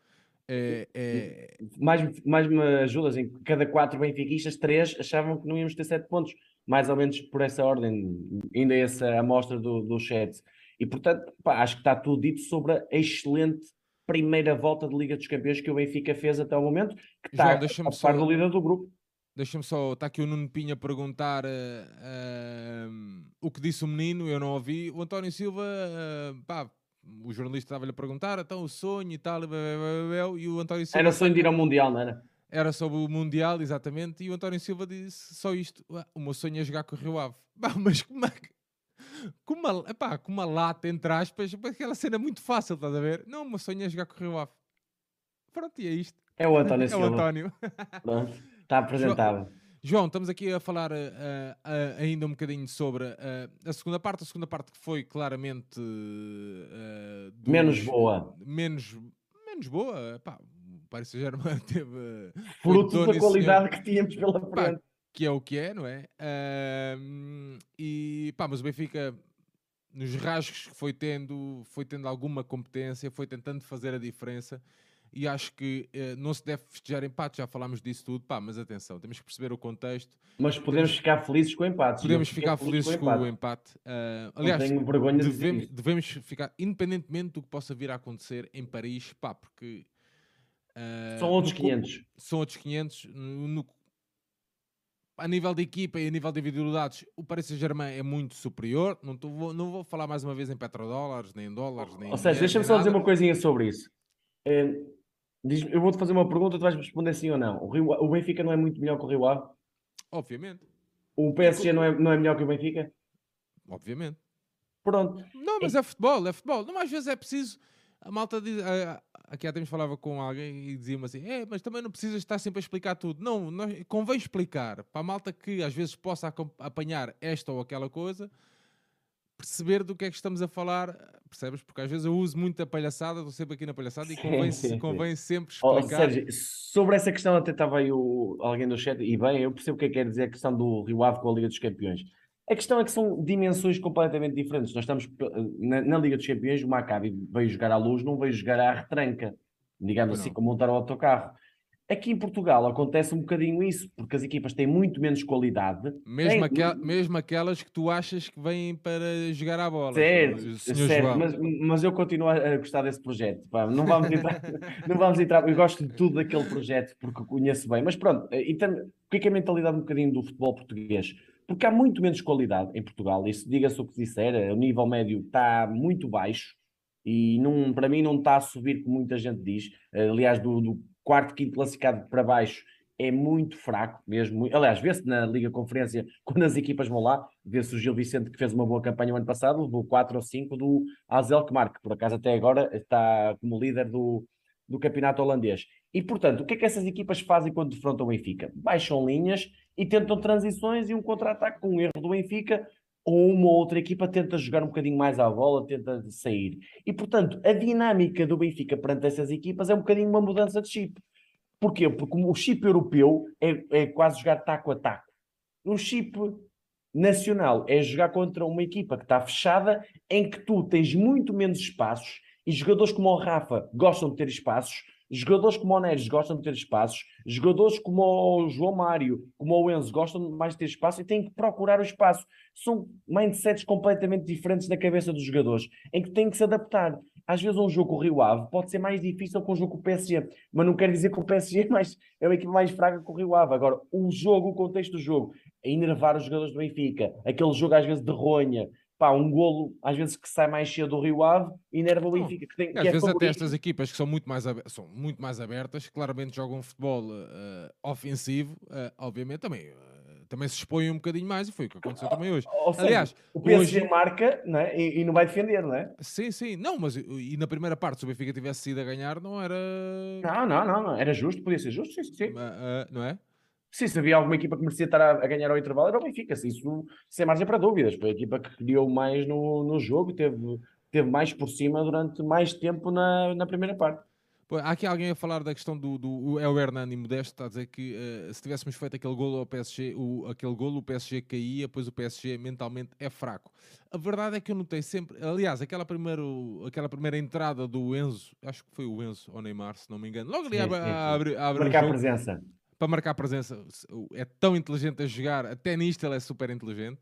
é, é- Mais, mais me ajudas, em cada quatro benfiquistas, três achavam que não íamos ter sete pontos, mais ou menos por essa ordem, ainda essa amostra do, do chat. E portanto, pá, acho que está tudo dito sobre a excelente primeira volta de Liga dos Campeões que o Benfica fez até o momento, que está João, a deixa-me par só, do líder do grupo. deixa-me só, está aqui o Nuno Pinho a perguntar eh, eh, o que disse o menino, eu não ouvi. O António Silva, eh, pá, o jornalista estava-lhe a perguntar, então o sonho e tal, e, blá, blá, blá, blá, e o António Era Silva sonho de ir saca, ao Mundial, não era? era sobre o Mundial, exatamente, e o António Silva disse só isto: "Ah, o meu sonho é jogar com o Rio Ave." Bah, mas como é que. Com uma, epá, com uma lata, entre aspas, aquela cena muito fácil, estás a ver? Não, o meu sonho é jogar com o Rio Ave. Pronto, e é isto. É o António É o Silva. António. Pronto, está João, apresentado. João, estamos aqui a falar uh, uh, ainda um bocadinho sobre uh, a segunda parte, a segunda parte que foi claramente uh, Menos dos boa. menos, menos boa. Pá, o Paris Saint-Germain teve, foi Fruto dono da e senhor, qualidade que tínhamos pela pá, frente. que é o que é, não é? Uh, e pá, mas o Benfica, nos rasgos que foi tendo, foi tendo alguma competência, foi tentando fazer a diferença. E acho que eh, não se deve festejar empate, já falámos disso tudo, pá, mas atenção, temos que perceber o contexto, Mas podemos temos, ficar felizes com empates. E eu podemos fiquei ficar feliz com o felizes com o empate. empate. Uh, Não aliás, tenho vergonha de dizer devemos, isso. devemos ficar, independentemente do que possa vir a acontecer em Paris, pá, porque São uh, outros no co- quinhentos. são outros quinhentos. No, no- a nível de equipa e a nível de individualidades, o Paris Saint-Germain é muito superior. Não, tô- vou, não vou falar mais uma vez em petrodólares, nem em dólares, nem Ou em seja, dinheiro, deixa-me nem só dizer nada. uma coisinha sobre isso. É, diz- eu vou-te fazer uma pergunta, tu vais-me responder sim ou não. O, Rio, o Benfica não é muito melhor que o Rio Ave? Obviamente. O E co- P S G não é, não é melhor que o Benfica? Obviamente. Pronto. Não, mas É- é futebol, é futebol. Não, às vezes é preciso. A malta diz. ah, aqui há tempos falava com alguém e dizia-me assim: é, mas também não precisas estar sempre a explicar tudo. Não, não, convém explicar para a malta que às vezes possa acom- apanhar esta ou aquela coisa, perceber do que é que estamos a falar, percebes? Porque às vezes eu uso muita palhaçada, estou sempre aqui na palhaçada e Sim, convém, sim, sim. convém sempre Ó, explicar. Sérgio, sobre essa questão até estava aí o, alguém do chat, e bem, eu percebo o que é que quer dizer a questão do Rio Ave com a Liga dos Campeões. A questão é que são dimensões completamente diferentes. Nós estamos na, na Liga dos Campeões, o Maccabi veio jogar à Luz, não veio jogar à retranca. digamos Pois assim, não. como montar o autocarro. Aqui em Portugal acontece um bocadinho isso, porque as equipas têm muito menos qualidade. Mesmo, Têm, aquel, mesmo aquelas que tu achas que vêm para jogar à bola, certo, senhor certo, João. mas, mas eu continuo a, a gostar desse projeto. Pá. Não vamos entrar, não vamos entrar, eu gosto de tudo daquele projeto porque o conheço bem. Mas pronto, e tam- o que é que é a mentalidade um bocadinho do futebol português? Porque há muito menos qualidade em Portugal, isso diga-se o que disser, o nível médio está muito baixo e não, para mim não está a subir como muita gente diz. Aliás, do, do quarto, quinto classificado para baixo é muito fraco mesmo. Aliás, vê-se na Liga Conferência, quando as equipas vão lá, vê-se o Gil Vicente, que fez uma boa campanha o ano passado, levou quatro ou cinco do AZ Alkmaar, que por acaso até agora está como líder do, do campeonato holandês. E, portanto, o que é que essas equipas fazem quando defrontam o Benfica? Baixam linhas e tentam transições e um contra-ataque com um erro do Benfica, ou uma ou outra equipa tenta jogar um bocadinho mais à bola, tenta sair. E, portanto, a dinâmica do Benfica perante essas equipas é um bocadinho uma mudança de chip. Porquê? Porque o chip europeu é, é quase jogar taco a taco. Um chip nacional é jogar contra uma equipa que está fechada, em que tu tens muito menos espaços e jogadores como o Rafa gostam de ter espaços, jogadores como o Neres gostam de ter espaços, jogadores como o João Mário, como o Enzo gostam mais de ter espaço e têm que procurar o espaço. São mindsets completamente diferentes na cabeça dos jogadores, em que têm que se adaptar. Às vezes um jogo com o Rio Ave pode ser mais difícil que um jogo com o P S G, mas não quer dizer que o P S G é, mais, é uma equipa mais fraca que o Rio Ave. Agora, o jogo, o contexto do jogo, a enervar os jogadores do Benfica, aquele jogo às vezes de ronha, pá, um golo às vezes que sai mais cedo do Rio Ave, enerva o Não. Benfica, que, tem, que Às é vezes até favorito. estas equipas que são muito mais, abe- são muito mais abertas, claramente jogam futebol eh, ofensivo, eh, obviamente também, eh, também se expõem um bocadinho mais e foi o que aconteceu também hoje. Ou seja, Aliás, o P S G hoje, marca, né, e, e não vai defender, não é? sim, sim, não, mas e e na primeira parte, se o Benfica tivesse sido a ganhar, não era, Não, não, não, não. Era justo, podia ser justo, sim, sim. Sim. ah, ah, não é? Sim, se havia alguma equipa que merecia estar a, a ganhar ao intervalo, era o Benfica, assim, isso sem margem para dúvidas. Foi a equipa que criou mais no, no jogo, teve, teve mais por cima durante mais tempo na, na primeira parte. Pô, há aqui alguém a falar da questão do, do é o Hernani Modesto, está a dizer que eh, se tivéssemos feito aquele golo ao P S G, o, aquele golo, o P S G caía, pois o P S G mentalmente é fraco. A verdade é que eu notei sempre, aliás, aquela, primeiro, aquela primeira entrada do Enzo, acho que foi o Enzo ou Neymar, se não me engano, logo ali Sim, abre, sim, sim. abre, abre o Marcar a jogo presença. para marcar presença. É tão inteligente a jogar, até nisto ele é super inteligente.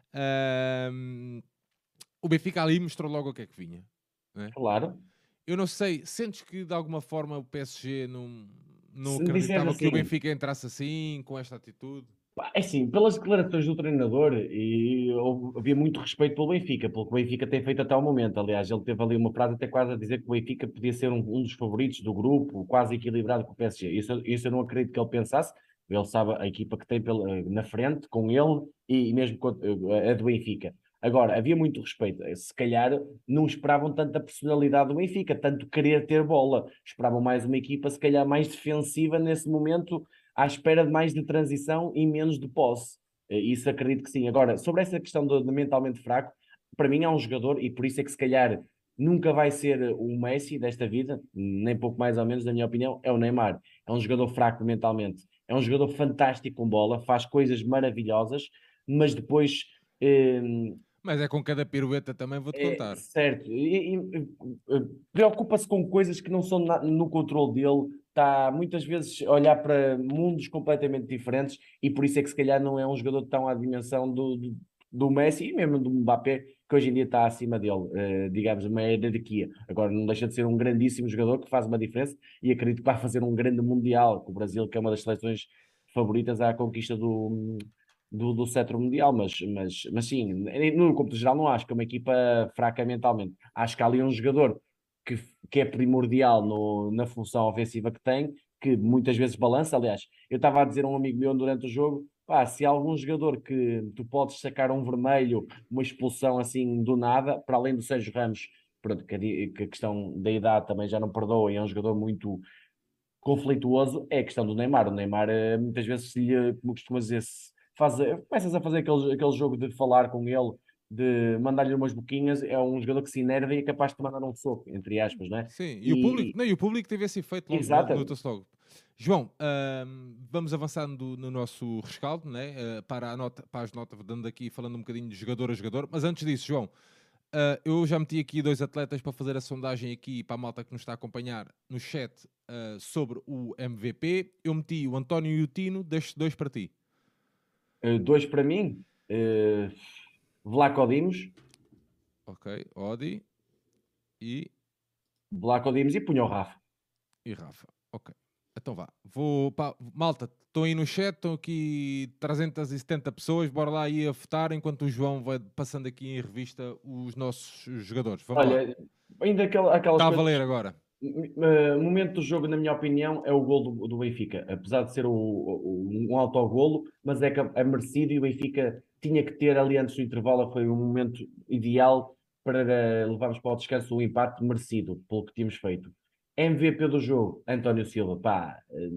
Ahm, o Benfica ali mostrou logo o que é que vinha. Né? Claro. Eu não sei, sentes que de alguma forma o P S G não, não Se me disseres acreditava que o assim, Benfica entrasse assim, com esta atitude? pá, é assim, pelas declarações do treinador, e houve- havia muito respeito pelo Benfica, pelo que o Benfica tem feito até ao momento. Aliás, ele teve ali uma frase até quase a dizer que o Benfica podia ser um, um dos favoritos do grupo, quase equilibrado com o P S G. Isso, isso eu não acredito que ele pensasse. Ele sabe a equipa que tem pela, na frente, com ele e mesmo com a, a do Benfica. Agora, havia muito respeito. Se calhar não esperavam tanta personalidade do Benfica, tanto querer ter bola. Esperavam mais uma equipa, se calhar, mais defensiva nesse momento, à espera de mais de transição e menos de posse. Eh, Isso acredito que sim. Agora, sobre essa questão do, do mentalmente fraco, para mim é um jogador, e por isso é que se calhar nunca vai ser o Messi desta vida, nem pouco mais ou menos, na minha opinião, é o Neymar. É um jogador fraco mentalmente. É um jogador fantástico com bola, faz coisas maravilhosas, mas depois. eh, Mas é com cada pirueta também, vou-te é, contar. certo, e, e, e, preocupa-se com coisas que não são na- no controle dele, está muitas vezes a olhar para mundos completamente diferentes e por isso é que se calhar não é um jogador tão à dimensão do, do, do Messi e mesmo do Mbappé, que hoje em dia está acima dele, eh, digamos, uma hierarquia. Agora não deixa de ser um grandíssimo jogador que faz uma diferença e acredito que vai fazer um grande Mundial com o Brasil, que é uma das seleções favoritas à conquista do, do, do cetro mundial, mas, mas, mas sim, no cômputo geral não acho que é uma equipa fraca mentalmente. Acho que há ali um jogador que, que é primordial no, na função ofensiva que tem, que muitas vezes balança. Aliás, eu estava a dizer a um amigo meu durante o jogo, pá, se há algum jogador que tu podes sacar um vermelho, uma expulsão assim do nada, para além do Sérgio Ramos, pronto, que a, que a questão da idade também já não perdoa, e é um jogador muito conflituoso, é a questão do Neymar. O Neymar, eh, muitas vezes, se lhe, como costumas dizer, se faz, começas a fazer aquele, aquele jogo de falar com ele, de mandar-lhe umas boquinhas, é um jogador que se enerva e é capaz de te mandar um soco, entre aspas, não é? Sim, e o público, E, não, e o público teve esse efeito e logo, no- exato, nota-se logo. João, ahm, vamos avançando no nosso rescaldo, né? eh, para, a nota, para as notas, dando aqui, falando um bocadinho de jogador a jogador, mas antes disso, João, Uh, eu já meti aqui dois atletas para fazer a sondagem aqui para a malta que nos está a acompanhar no chat uh, sobre o M V P. Eu meti o António e o Tino, deixo dois para ti. Uh, dois para mim, uh, Vlaco Dimos. Ok, Odi e... Vlaco Dimos e punha o Rafa. E Rafa, ok. Então vá. Vou, pá, malta, estão aí no chat, estão aqui trezentas e setenta pessoas, bora lá aí a votar enquanto o João vai passando aqui em revista os nossos jogadores. Vamos Olha, lá. ainda aquelas Está a coisas. valer agora. O momento do jogo, na minha opinião, é o gol do, do Benfica. Apesar de ser o, o, um autogolo, mas é, que é merecido e o Benfica tinha que ter ali antes do intervalo. Foi um momento ideal para levarmos para o descanso o empate merecido pelo que tínhamos feito. M V P do jogo, António Silva. Pá,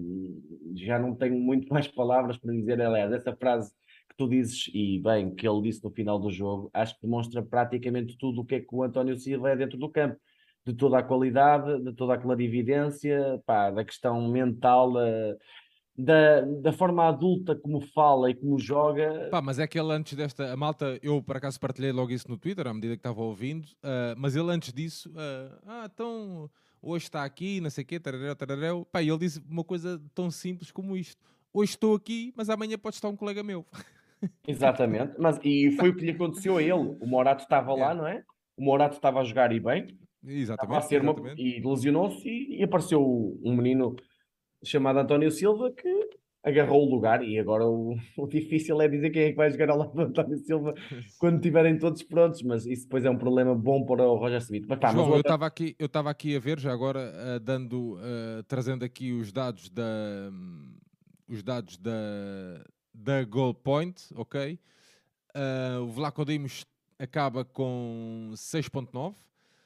já não tenho muito mais palavras para dizer. Aliás, essa frase que tu dizes, e bem, que ele disse no final do jogo, acho que demonstra praticamente tudo o que é que o António Silva é dentro do campo, de toda a qualidade, de toda a clarividência, pá, da questão mental, uh, da, da forma adulta como fala e como joga. Pá, mas é que ele antes desta, a malta, eu por acaso partilhei logo isso no Twitter, à medida que estava ouvindo, uh, mas ele antes disso, uh, ah, então hoje está aqui, não sei o quê, tarareu, tarareu. Pá, e ele disse uma coisa tão simples como isto: hoje estou aqui, mas amanhã pode estar um colega meu. Exatamente, mas, e foi o que lhe aconteceu a ele. O Morato estava lá, Yeah. não é? O Morato estava a jogar e bem, estava a Exatamente, ser uma, exatamente. e lesionou-se e, e apareceu um menino chamado António Silva que agarrou o lugar e agora o, o difícil é dizer quem é que vai jogar ao lado do António Silva quando estiverem todos prontos, mas isso depois é um problema bom para o Roger Smith. Mas, pá, mas João, o eu António... estava aqui, eu estava aqui a ver já agora, uh, dando, uh, trazendo aqui os dados da, um, os dados da, da Goal Point, ok? Uh, o Vlaco Dimos acaba com seis ponto nove,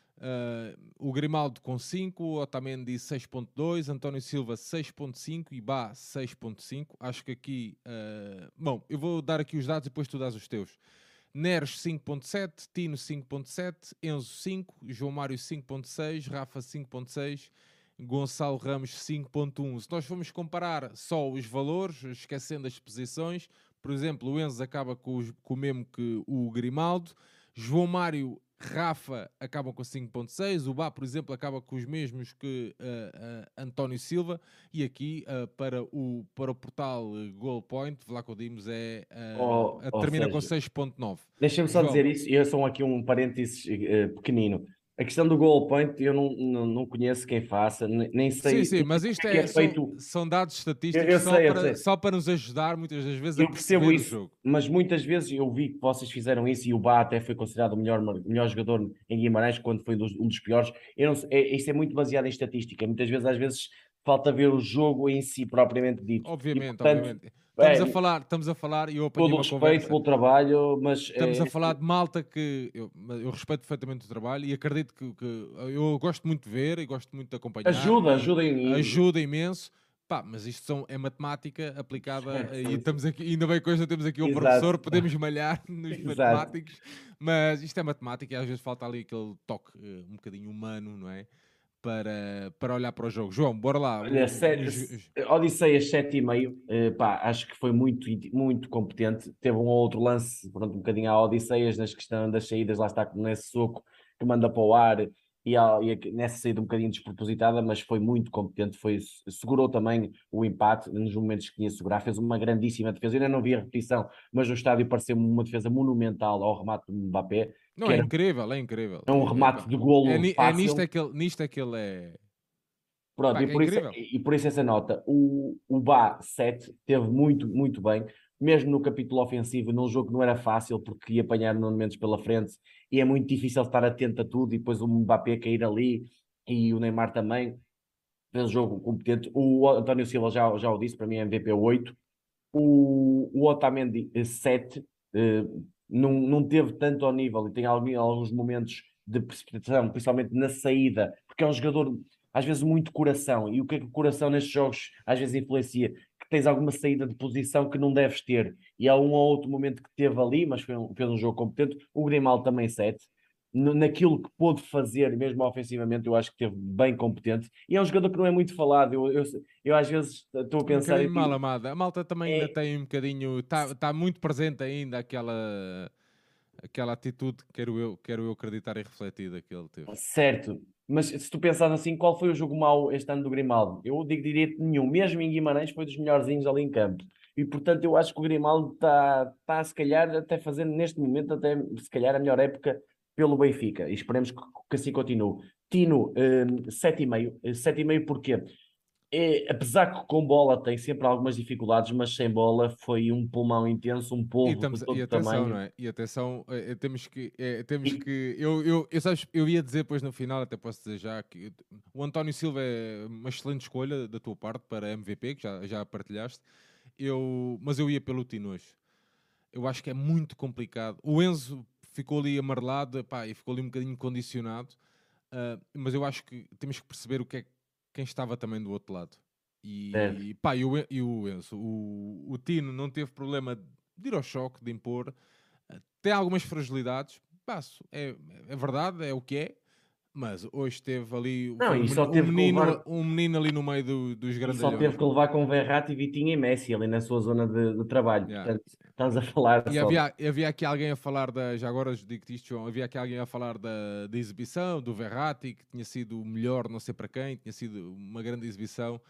uh, o Grimaldo com cinco, o Otamendi seis ponto dois, António Silva seis ponto cinco e Bá seis ponto cinco. Acho que aqui, uh, bom, eu vou dar aqui os dados e depois tu dás os teus. Neres cinco ponto sete, Tino cinco ponto sete, Enzo cinco, João Mário cinco ponto seis, Rafa cinco ponto seis, Gonçalo Ramos cinco ponto um. Se nós formos comparar só os valores, esquecendo as posições, por exemplo, o Enzo acaba com, os, com o mesmo que o Grimaldo, João Mário, Rafa acabam com cinco ponto seis, o Bá, por exemplo, acaba com os mesmos que uh, uh, António Silva, e aqui uh, para, o, para o portal uh, Goal Point, Vlaco Dimos é, uh, ou, uh, ou termina com seja, seis ponto nove. deixa-me só João, dizer isso, e eu sou aqui um parênteses uh, pequenino. A questão do goal point, eu não, não, não conheço quem faça, nem, nem sim, sei, sim, nem sei mas como isto é que é é, são, feito. são dados Eu, estatísticos eu só sei, eu para, sei. só para nos ajudar muitas das vezes a Eu percebo perceber o isso, jogo. mas muitas vezes eu vi que vocês fizeram isso e o Bá até foi considerado o melhor, melhor jogador em Guimarães quando foi dos, um dos piores. Eu não sei, é, isso é muito baseado em estatística. Muitas vezes, às vezes, falta ver o jogo em si propriamente dito. E, Obviamente, portanto, obviamente. Estamos a é, falar, estamos a falar, e eu apanhei todo o uma respeito conversa. pelo trabalho, mas Estamos é, a falar de malta que eu, eu respeito perfeitamente o trabalho e acredito que, que eu gosto muito de ver e gosto muito de acompanhar, ajuda, uh, ajuda em. ajuda imenso. Pá, mas isto são, é matemática aplicada uh, e estamos aqui, ainda bem que hoje temos aqui um professor, Exato, podemos malhar nos exato. matemáticos, mas isto é matemática e às vezes falta ali aquele toque uh, um bocadinho humano, não é? Para, para olhar para o jogo. João, bora lá. Olha, O, sé- os, os- Odisseias sete e meio, eh, pá, acho que foi muito, muito competente. Teve um ou outro lance, pronto, um bocadinho a Odisseias nas questões das saídas, lá está nesse soco que manda para o ar e, a- e a- nessa saída um bocadinho despropositada, mas foi muito competente, foi, segurou também o empate nos momentos que tinha de segurar, fez uma grandíssima defesa. Eu ainda não vi a repetição, mas no estádio pareceu-me uma defesa monumental ao remate do Mbappé, Não, que é era incrível, é incrível. um É, é, remate pá, de é, golo ni- é nisto, é fácil. que ele, nisto é que ele é. Pronto, Pá, e que é por isso, incrível. e por isso essa nota. O, o Bá sete teve muito, muito bem, mesmo no capítulo ofensivo, num jogo que não era fácil, porque ia apanhar Nuno Mendes pela frente, e é muito difícil estar atento a tudo, e depois o Mbappé cair ali, e o Neymar também, fez um jogo competente. O António Silva já, já o disse, para mim é M V P oito. O, o Otamendi eh, sete, eh, não, não teve tanto ao nível, e tem algum- alguns momentos de precipitação, principalmente na saída, porque é um jogador às vezes muito coração, e o que é que o coração nestes jogos às vezes influencia? Que tens alguma saída de posição que não deves ter, e há um ou outro momento que teve ali, mas foi um, fez um jogo competente. O Grimaldo também sete, naquilo que pôde fazer, mesmo ofensivamente, eu acho que teve bem competente, e é um jogador que não é muito falado, eu, eu, eu às vezes estou a Um pensar bocadinho e mal digo, amada. A malta também ainda é, tem um bocadinho. Está tá muito presente ainda aquela. aquela atitude, quero eu, quero eu acreditar e refletida que ele teve. Certo, mas se tu pensares assim, qual foi o jogo mau este ano do Grimaldo? Eu digo, diria que nenhum, mesmo em Guimarães foi dos melhorzinhos ali em campo. E portanto eu acho que o Grimaldo está tá, se calhar até fazendo neste momento até se calhar a melhor época pelo Benfica. E esperemos que, que assim continue. Tino, hum, sete e meio. sete e meio porquê? É, apesar que com bola tem sempre algumas dificuldades, mas sem bola foi um pulmão intenso, um E, polvo de estamos, e todo atenção, não tamanho. é? E atenção, eh, eh, temos que. eh, temos E, que eu, eu, eu, sabes, eu ia dizer depois no final, até posso dizer já, que o António Silva é uma excelente escolha da tua parte para M V P, que já, já partilhaste. Eu, mas eu ia pelo Tino hoje. Eu acho que é muito complicado. O Enzo ficou ali amarelado, pá, e ficou ali um bocadinho condicionado. Uh, mas eu acho que temos que perceber o que é quem estava também do outro lado. certo. E, pá, e, o, e o Enzo, o, o Tino não teve problema de ir ao choque, de impor. Uh, tem algumas fragilidades, passo, é, é verdade, é o que é. Mas hoje teve ali, Não, foi um e só menino, um teve que menino, levar. um menino ali no meio do- dos E só teve grandalhões. que levar com Verratti, Vitinha e Messi ali na sua zona de, de trabalho. Yeah. Portanto, estamos a falar E só de... havia, havia aqui alguém a falar da. Já agora digo-te isto, João. Havia aqui alguém a falar da, da exibição, do Verratti, que tinha sido o melhor, não sei para quem, tinha sido uma grande exibição.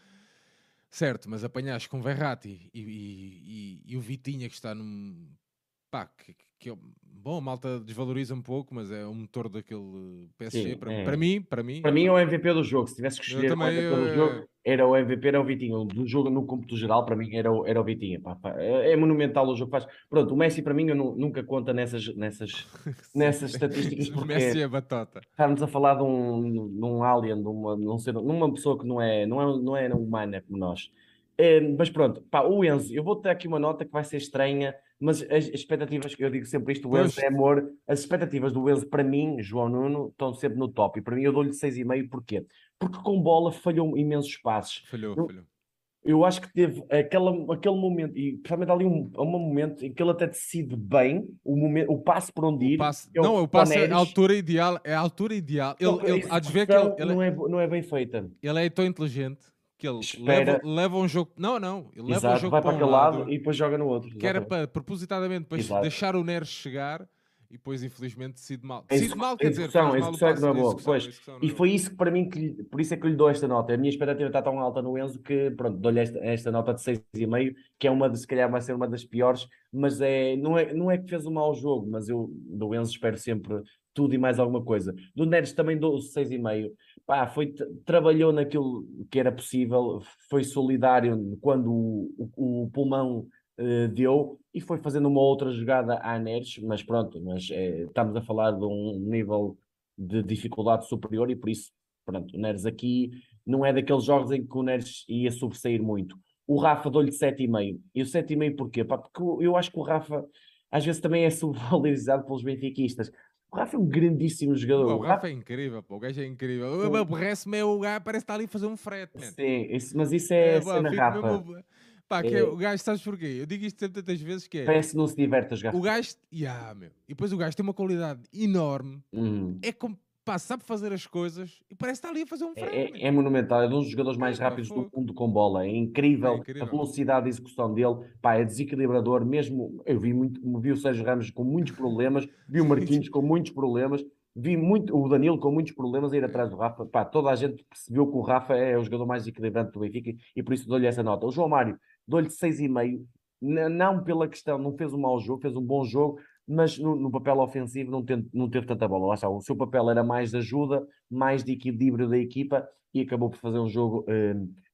Certo, mas apanhaste com Verratti e, e, e, e o Vitinha que está num. Pá, que, que é, bom, a malta desvaloriza um pouco, mas é o motor daquele P S G. Sim, Para, para é. mim, para mim, Para mim é pá, o M V P do jogo. Se tivesse que eu escolher o também. M V P do eh, jogo, era o M V P, era o Vitinho. Do jogo no cômputo geral, para mim, era o, era o Vitinha. Pá, pá. É, é monumental o jogo que faz. Pronto, o Messi para mim eu nu- nunca conta nessas, nessas, sim, nessas estatísticas o Messi porque é batota. estamos a falar de um, de um alien, de uma, de um ser, numa pessoa que não é, não é, não é humana como nós. Eh, mas pronto, pá, o Enzo, eu vou ter aqui uma nota que vai ser estranha, mas as, as expectativas, eu digo sempre isto, o Enzo é Gosto. amor, as expectativas do Enzo para mim, João Nuno, estão sempre no top, e para mim eu dou-lhe seis e meio, porquê? Porque com bola falhou imensos passos. Falhou, Eu, falhou. eu acho que teve aquela, aquele momento, e principalmente ali um, um momento em que ele até decide bem o, momento, o passo por onde O ir, passe, que é o, não, o o passe é a Neres, altura ideal, é a altura ideal. só Ele, que a ele, há de ver que ele, execução ele, não é, é, não é bem feita. ele é tão inteligente que ele leva, Espera, leva um jogo. Não, não, ele leva o exato, jogo vai para para um aquele lado lado e depois joga no outro, que era exatamente. para propositadamente depois Exato. deixar o Neres chegar e depois infelizmente decide mal. A Decide execu- mal, a quer dizer, execução, faz a mal o execução é que não passe, é a boa. execução, a Pois, execução não e é boa. foi isso que para mim, que, lhe- por isso é que eu lhe dou esta nota. A minha expectativa está tão alta no Enzo que, pronto, dou-lhe esta, esta nota de seis e meio, que é uma de, se calhar vai ser uma das piores, mas é, não é, não é que fez um mau jogo, mas eu do Enzo espero sempre tudo e mais alguma coisa. Do Neres também dou seis e meio. Pá, foi, trabalhou naquilo que era possível, foi solidário quando o, o, o pulmão eh, deu e foi fazendo uma outra jogada à Neres, mas pronto, mas eh, estamos a falar de um nível de dificuldade superior e por isso, pronto, o Neres aqui não é daqueles jogos em que o Neres ia sobressair muito. O Rafa deu-lhe sete e meio. E o sete e meio porquê? Pá, porque eu eu acho que o Rafa às vezes também é subvalorizado pelos benfiquistas. O Rafa é um grandíssimo jogador. O O Rafa Rafa, é incrível, pô, o gajo é incrível. o- Aborrece-me é o gajo, parece que está ali a fazer um frete, man. sim, isso- mas isso É, é pá, cena fico Rafa. mesmo. Pá, que é, o É, gajo, sabes porquê? Eu digo isto sempre tantas vezes que é. parece que não se diverte a jogar O futebol. gajo. Yeah, meu. E depois o gajo tem uma qualidade enorme. Hum. É como. Pá, sabe fazer as coisas e parece estar ali a fazer um frete, É, man. é- é monumental, é um dos jogadores É, mais pá, rápidos do fogo. mundo com bola, é É incrível a incrível. velocidade de execução dele, pá, é desequilibrador, mesmo eu vi muito, vi o Sérgio Ramos com muitos problemas, vi o Marquinhos com muitos problemas, vi muito o Danilo com muitos problemas a ir atrás É. do Rafa, pá, toda a gente percebeu que o Rafa é o jogador mais desequilibrante do Benfica e por isso dou-lhe essa nota. O João Mário, dou-lhe seis e meio, não pela questão, não fez um mau jogo, fez um bom jogo, mas no, no papel ofensivo não, tem, não teve tanta bola. Lá está, o seu papel era mais de ajuda, mais de equilíbrio da equipa e acabou por fazer um jogo eh,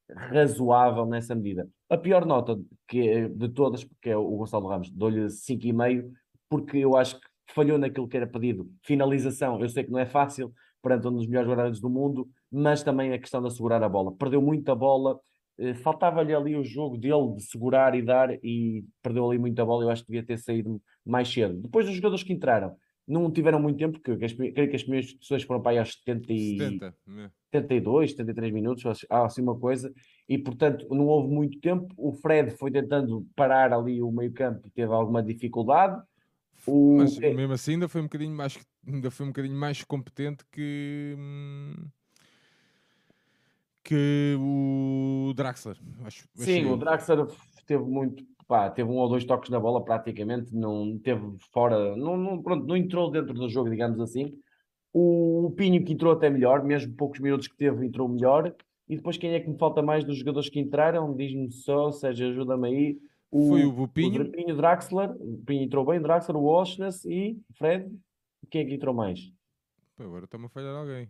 razoável nessa medida. A pior nota que, é de todas, porque é o Gonçalo Ramos, dou-lhe cinco e meio porque eu acho que falhou naquilo que era pedido. Finalização, eu sei que não é fácil perante um dos melhores guarda-redes do mundo, mas também a questão de assegurar a bola. Perdeu muita bola, eh, faltava-lhe ali o jogo dele de segurar e dar e perdeu ali muita bola. Eu acho que devia ter saído mais cedo. Depois os jogadores que entraram não tiveram muito tempo, porque as, creio que as primeiras discussões foram para aí aos setenta e, setenta. né? setenta e dois, setenta e três minutos, há assim uma coisa, e portanto não houve muito tempo. O Fred foi tentando parar ali o meio-campo, teve alguma dificuldade. O, Mas é, mesmo assim ainda foi um bocadinho mais, ainda foi um bocadinho mais competente que, hum, que o Draxler. Acho, sim, achei o eu. Draxler teve muito. pá, teve um ou dois toques na bola praticamente, não teve fora, não, não, pronto, não entrou dentro do jogo, digamos assim. O, o Pinho que entrou até melhor, mesmo poucos minutos que teve, entrou melhor. E depois quem é que me falta mais dos jogadores que entraram? Diz-me só, seja, ajuda-me aí. Foi O, o o Bupinho. Pinho Draxler, o Pinho entrou bem, Draxler, o Oshness e Fred. Quem é que entrou mais? Pô, agora está-me a falhar alguém.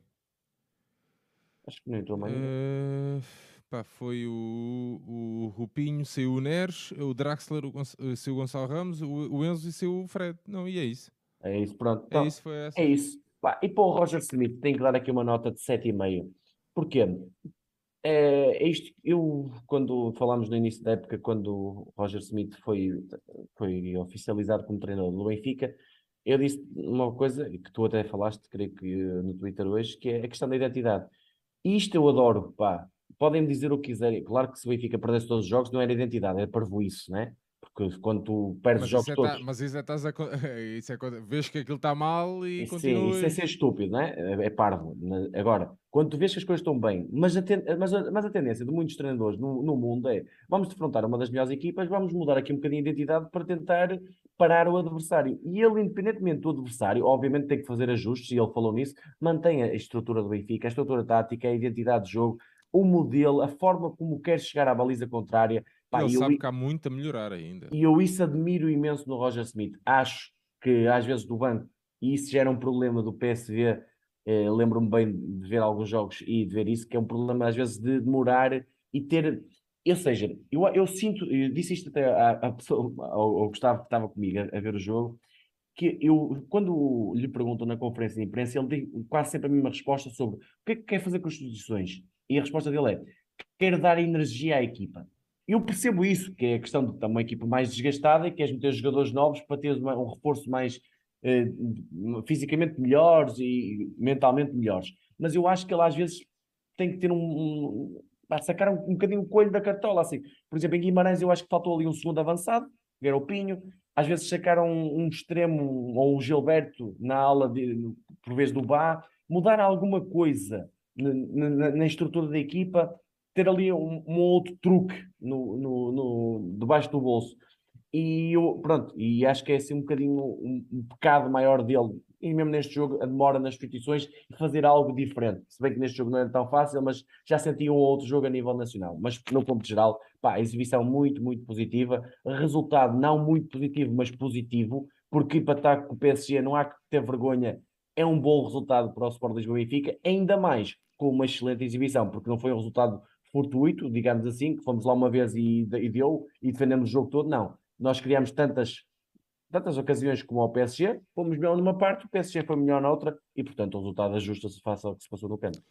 Acho que não entrou mais ninguém. Uh, pá, foi o, o Rupinho, saiu o Neres, o Draxler, o Gonç- eh, saiu o Gonçalo Ramos, o, o Enzo e saiu o Fred. Não, e é isso. É isso, pronto. É Então, isso, foi é essas. isso. Pá, e para o Roger Smith, tem que dar aqui uma nota de sete vírgula cinco. Porquê? É, é isto, eu, quando falámos no início da época, quando o Roger Smith foi, foi oficializado como treinador do Benfica, eu disse uma coisa, e que tu até falaste, creio que eh, no Twitter hoje, que é a questão da identidade. Isto eu adoro, pá. Podem dizer o que quiserem. Claro que se o Benfica perdesse todos os jogos, não era identidade, é parvoíce, né? Porque quando tu perdes os Mas isso jogos é, tá, todos. mas isso é, estás a, con- isso é, con- vês que aquilo está mal e Isso, sim, isso é continuas. ser estúpido, não é? É é parvo. né? Agora, quando tu vês que as coisas estão bem, mas a, ten- mas a, mas a tendência de muitos treinadores no, no mundo é vamos defrontar uma das melhores equipas, vamos mudar aqui um bocadinho a identidade para tentar parar o adversário. E ele, independentemente do adversário, obviamente tem que fazer ajustes, e ele falou nisso, mantém a estrutura do Benfica, a estrutura tática, a identidade de jogo, o modelo, a forma como quer chegar à baliza contrária. E Pá, ele e eu, sabe que há muito a melhorar ainda. e eu isso admiro imenso no Roger Smith. Acho que às vezes do banco, e isso já era um problema do P S V, eh, lembro-me bem de ver alguns jogos e de ver isso, que é um problema às vezes de demorar e ter. Ou seja, eu, eu sinto, eu disse isto até à, à pessoa, ao, ao Gustavo que estava comigo a, a ver o jogo, que eu, quando lhe perguntam na conferência de imprensa, ele tem quase sempre a mesma resposta sobre o que é que quer fazer com as substituições. E a resposta dele é: quer dar energia à equipa. Eu percebo isso, que é a questão de estar uma equipa mais desgastada e queres meter jogadores novos para teres uma- um reforço mais eh, fisicamente melhores e mentalmente melhores. Mas eu acho que ele às vezes tem que ter um, um pá, sacar um, um bocadinho o coelho da cartola. Assim. Por exemplo, em Guimarães eu acho que faltou ali um segundo avançado, que era o Pinho. Às vezes sacaram um, um extremo ou um Gilberto na ala, de, por vez do Bá. Mudar alguma coisa na, na, na estrutura da equipa, ter ali um, um outro truque no, no, no, debaixo do bolso. E eu, pronto, e acho que é assim um bocadinho um, um pecado maior dele, e mesmo neste jogo, a demora nas substituições e fazer algo diferente. Se bem que neste jogo não era tão fácil, mas já senti um ou outro jogo a nível nacional. Mas no ponto geral, pá, exibição muito, muito positiva. Resultado não muito positivo, mas positivo, porque para estar com o P S G não há que ter vergonha. É um bom resultado para o Sport Lisboa e Benfica, ainda mais com uma excelente exibição, porque não foi um resultado fortuito, digamos assim, que fomos lá uma vez e, e deu, e defendemos o jogo todo, não. Nós criamos tantas, tantas ocasiões como ao P S G, fomos melhor numa parte, o P S G foi melhor na outra, e portanto o resultado ajusta-se face ao que se passou no campo.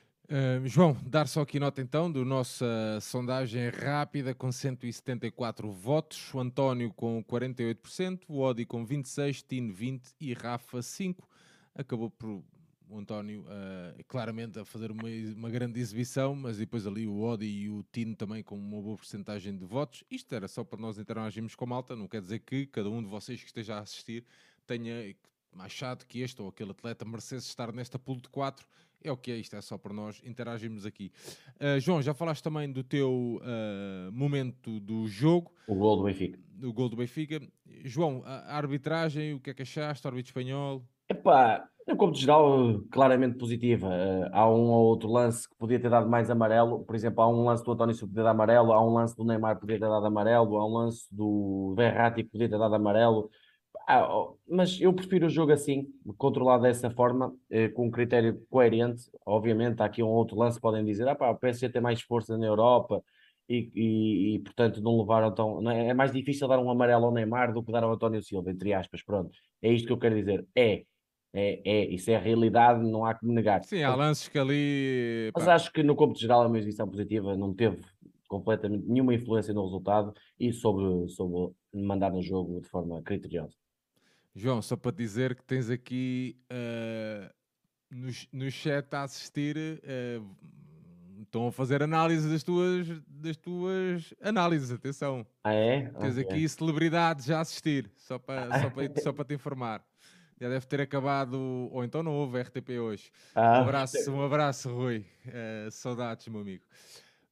Uh, João, dar só aqui nota então da nossa sondagem rápida com cento e setenta e quatro votos, o António com quarenta e oito por cento, o Odi com vinte e seis por cento, Tino vinte por cento e Rafa cinco por cento. Acabou por o António uh, claramente a fazer uma, uma grande exibição, mas depois ali o Odi e o Tino também com uma boa porcentagem de votos. Isto era só para nós interagirmos com a malta, não quer dizer que cada um de vocês que esteja a assistir tenha mais chato que este ou aquele atleta merecesse estar nesta pool de quatro. É o que é isto, é só para nós interagirmos aqui. Uh, João, já falaste também do teu uh, momento do jogo. O gol do Benfica. O gol do Benfica. João, a arbitragem, o que é que achaste? O árbitro espanhol? Epá, no campo de geral, claramente positiva. Uh, há um ou outro lance que podia ter dado mais amarelo. Por exemplo, há um lance do António que podia dar amarelo, há um lance do Neymar que podia ter dado amarelo, há um lance do Verratti que podia ter dado amarelo. Ah, oh, mas eu prefiro o jogo assim, controlado dessa forma, eh, com um critério coerente. Obviamente, há aqui um outro lance, podem dizer, ah, pá, o P S G tem mais força na Europa e, e, e, portanto, não levaram tão. Não é, é mais difícil dar um amarelo ao Neymar do que dar ao António Silva, entre aspas. Pronto, é isto que eu quero dizer. É, é, é, isso é a realidade, não há que me negar. Sim, há lances que ali... Mas Pá, acho que no campo geral é uma exibição positiva, não teve completamente nenhuma influência no resultado e sobre, sobre mandar no jogo de forma criteriosa. João, só para dizer que tens aqui uh, no, no chat a assistir, uh, estão a fazer análise das tuas, das tuas análises, atenção. Ah, é? Tens Ok. aqui celebridades a assistir, só para, só para, só para te informar. Já deve ter acabado, ou então não houve R T P hoje. Um Ah, abraço, um abraço, Rui. Uh, saudades, meu amigo.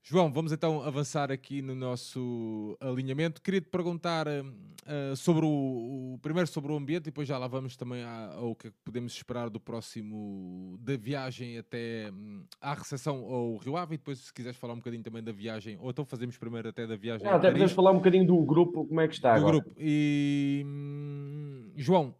João, vamos então avançar aqui no nosso alinhamento. Queria-te perguntar uh, sobre o, o primeiro sobre o ambiente e depois já lá vamos também à- ao que podemos esperar do próximo da viagem até hum, à recepção ao Rio Ave e depois se quiseres falar um bocadinho também da viagem, ou então fazemos primeiro até da viagem Não, a até podemos Paris, falar um bocadinho do grupo, como é que está do agora. grupo. E hum, João,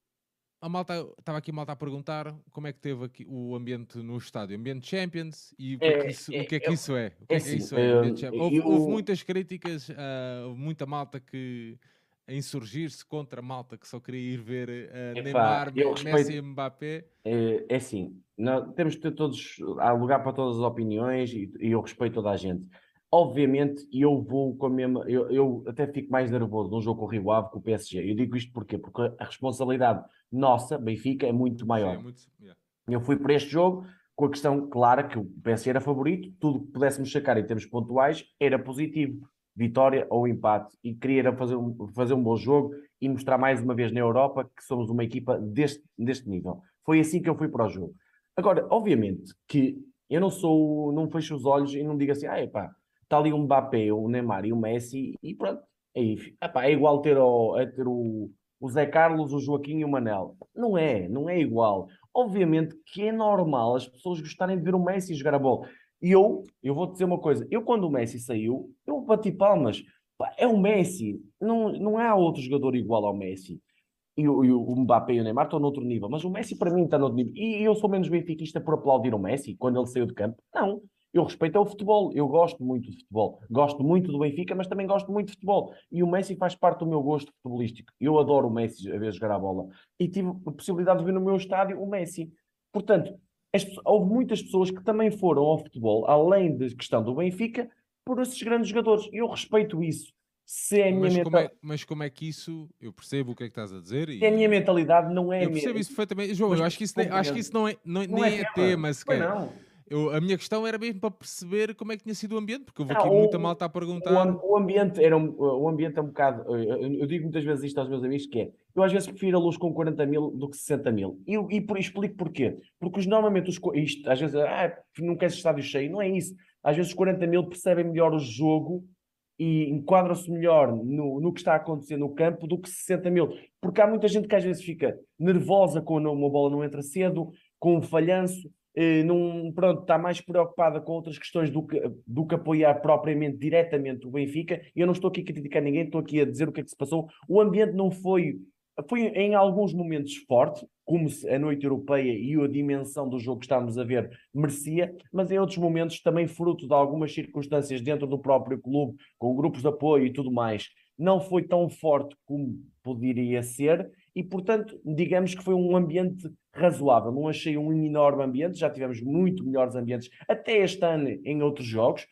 a malta, estava aqui a malta a perguntar como é que teve aqui o ambiente no estádio, ambiente Champions e o que é que É, isso, o é, que é, que é, isso é? O que é é que assim, isso é, ambiente hum, Champions? Houve, houve eu, muitas críticas, ah, houve muita malta que a insurgir-se contra a malta que só queria ir ver ah, epá, Neymar, eu Me- Messi respeito, e Mbappé. é, é assim, nós temos de ter todos, há lugar para todas as opiniões e, e eu respeito toda a gente. Obviamente, eu vou com a mesma, eu, eu até fico mais nervoso num jogo com o Rio Ave que o P S G. Eu digo isto porquê? Porque a responsabilidade nossa, Benfica, é muito Sim, é maior. muito. Yeah. Eu fui para este jogo com a questão clara que o P S G era favorito, tudo que pudéssemos sacar em termos pontuais era positivo, vitória ou empate, e queria era fazer um, fazer um bom jogo e mostrar mais uma vez na Europa que somos uma equipa deste, deste nível. Foi assim que eu fui para o jogo. Agora, obviamente que eu não sou, não fecho os olhos e não digo assim, ah, epá, está ali um Mbappé, o Neymar e o Messi e pronto. É, epá, é igual ter, o, é ter o, o Zé Carlos, o Joaquim e o Manel. Não é, não é igual. Obviamente que é normal as pessoas gostarem de ver o Messi jogar a bola. E eu, eu vou-te dizer uma coisa, eu quando o Messi saiu, eu bati palmas. Pá, é o Messi, não, não há outro jogador igual ao Messi. E o, e o Mbappé e o Neymar estão noutro nível, mas o Messi para mim está noutro nível. E eu sou menos benfiquista por aplaudir o Messi quando ele saiu de campo. Não, eu respeito é o futebol, eu gosto muito de futebol. Gosto muito do Benfica, mas também gosto muito de futebol. E o Messi faz parte do meu gosto futebolístico. Eu adoro o Messi a ver jogar a bola. E tive a possibilidade de ver no meu estádio o Messi. Portanto, as, houve muitas pessoas que também foram ao futebol, além da questão do Benfica, por esses grandes jogadores. E eu respeito isso. Se é a minha Mas como é, mentalidade, mas como é que isso, eu percebo o que é que estás a dizer se a minha e mentalidade não é a eu percebo minha. isso perfeitamente. João, Mas eu acho que isso, nem- acho que isso compreendo. não é, não- Não é nem é tema. tema Pois sequer. não. Eu, a minha questão era mesmo para perceber como é que tinha sido o ambiente, porque houve Não, aqui muita o, malta a o, perguntar. am- o ambiente era um, o ambiente é um bocado. Eu, eu digo muitas vezes isto aos meus amigos que é. Eu às vezes prefiro a luz com quarenta mil do que sessenta mil. E, eu- e por, explico porquê. Porque os, normalmente os, co- isto, às vezes, ah, não queres estádio cheio. Não é isso. Às vezes os quarenta mil percebem melhor o jogo e enquadram-se melhor no, no que está a acontecer no campo do que sessenta mil. Porque há muita gente que às vezes fica nervosa quando uma bola não entra cedo, com um falhanço, eh, num, pronto, está mais preocupada com outras questões do que, do que apoiar propriamente, diretamente o Benfica. E eu não estou aqui a criticar ninguém, estou aqui a dizer o que é que se passou. O ambiente não foi, foi em alguns momentos forte, como a noite europeia e a dimensão do jogo que estávamos a ver merecia, mas em outros momentos também fruto de algumas circunstâncias dentro do próprio clube, com grupos de apoio e tudo mais, não foi tão forte como poderia ser e, portanto, digamos que foi um ambiente razoável. Não achei um enorme ambiente, já tivemos muito melhores ambientes até este ano em outros jogos,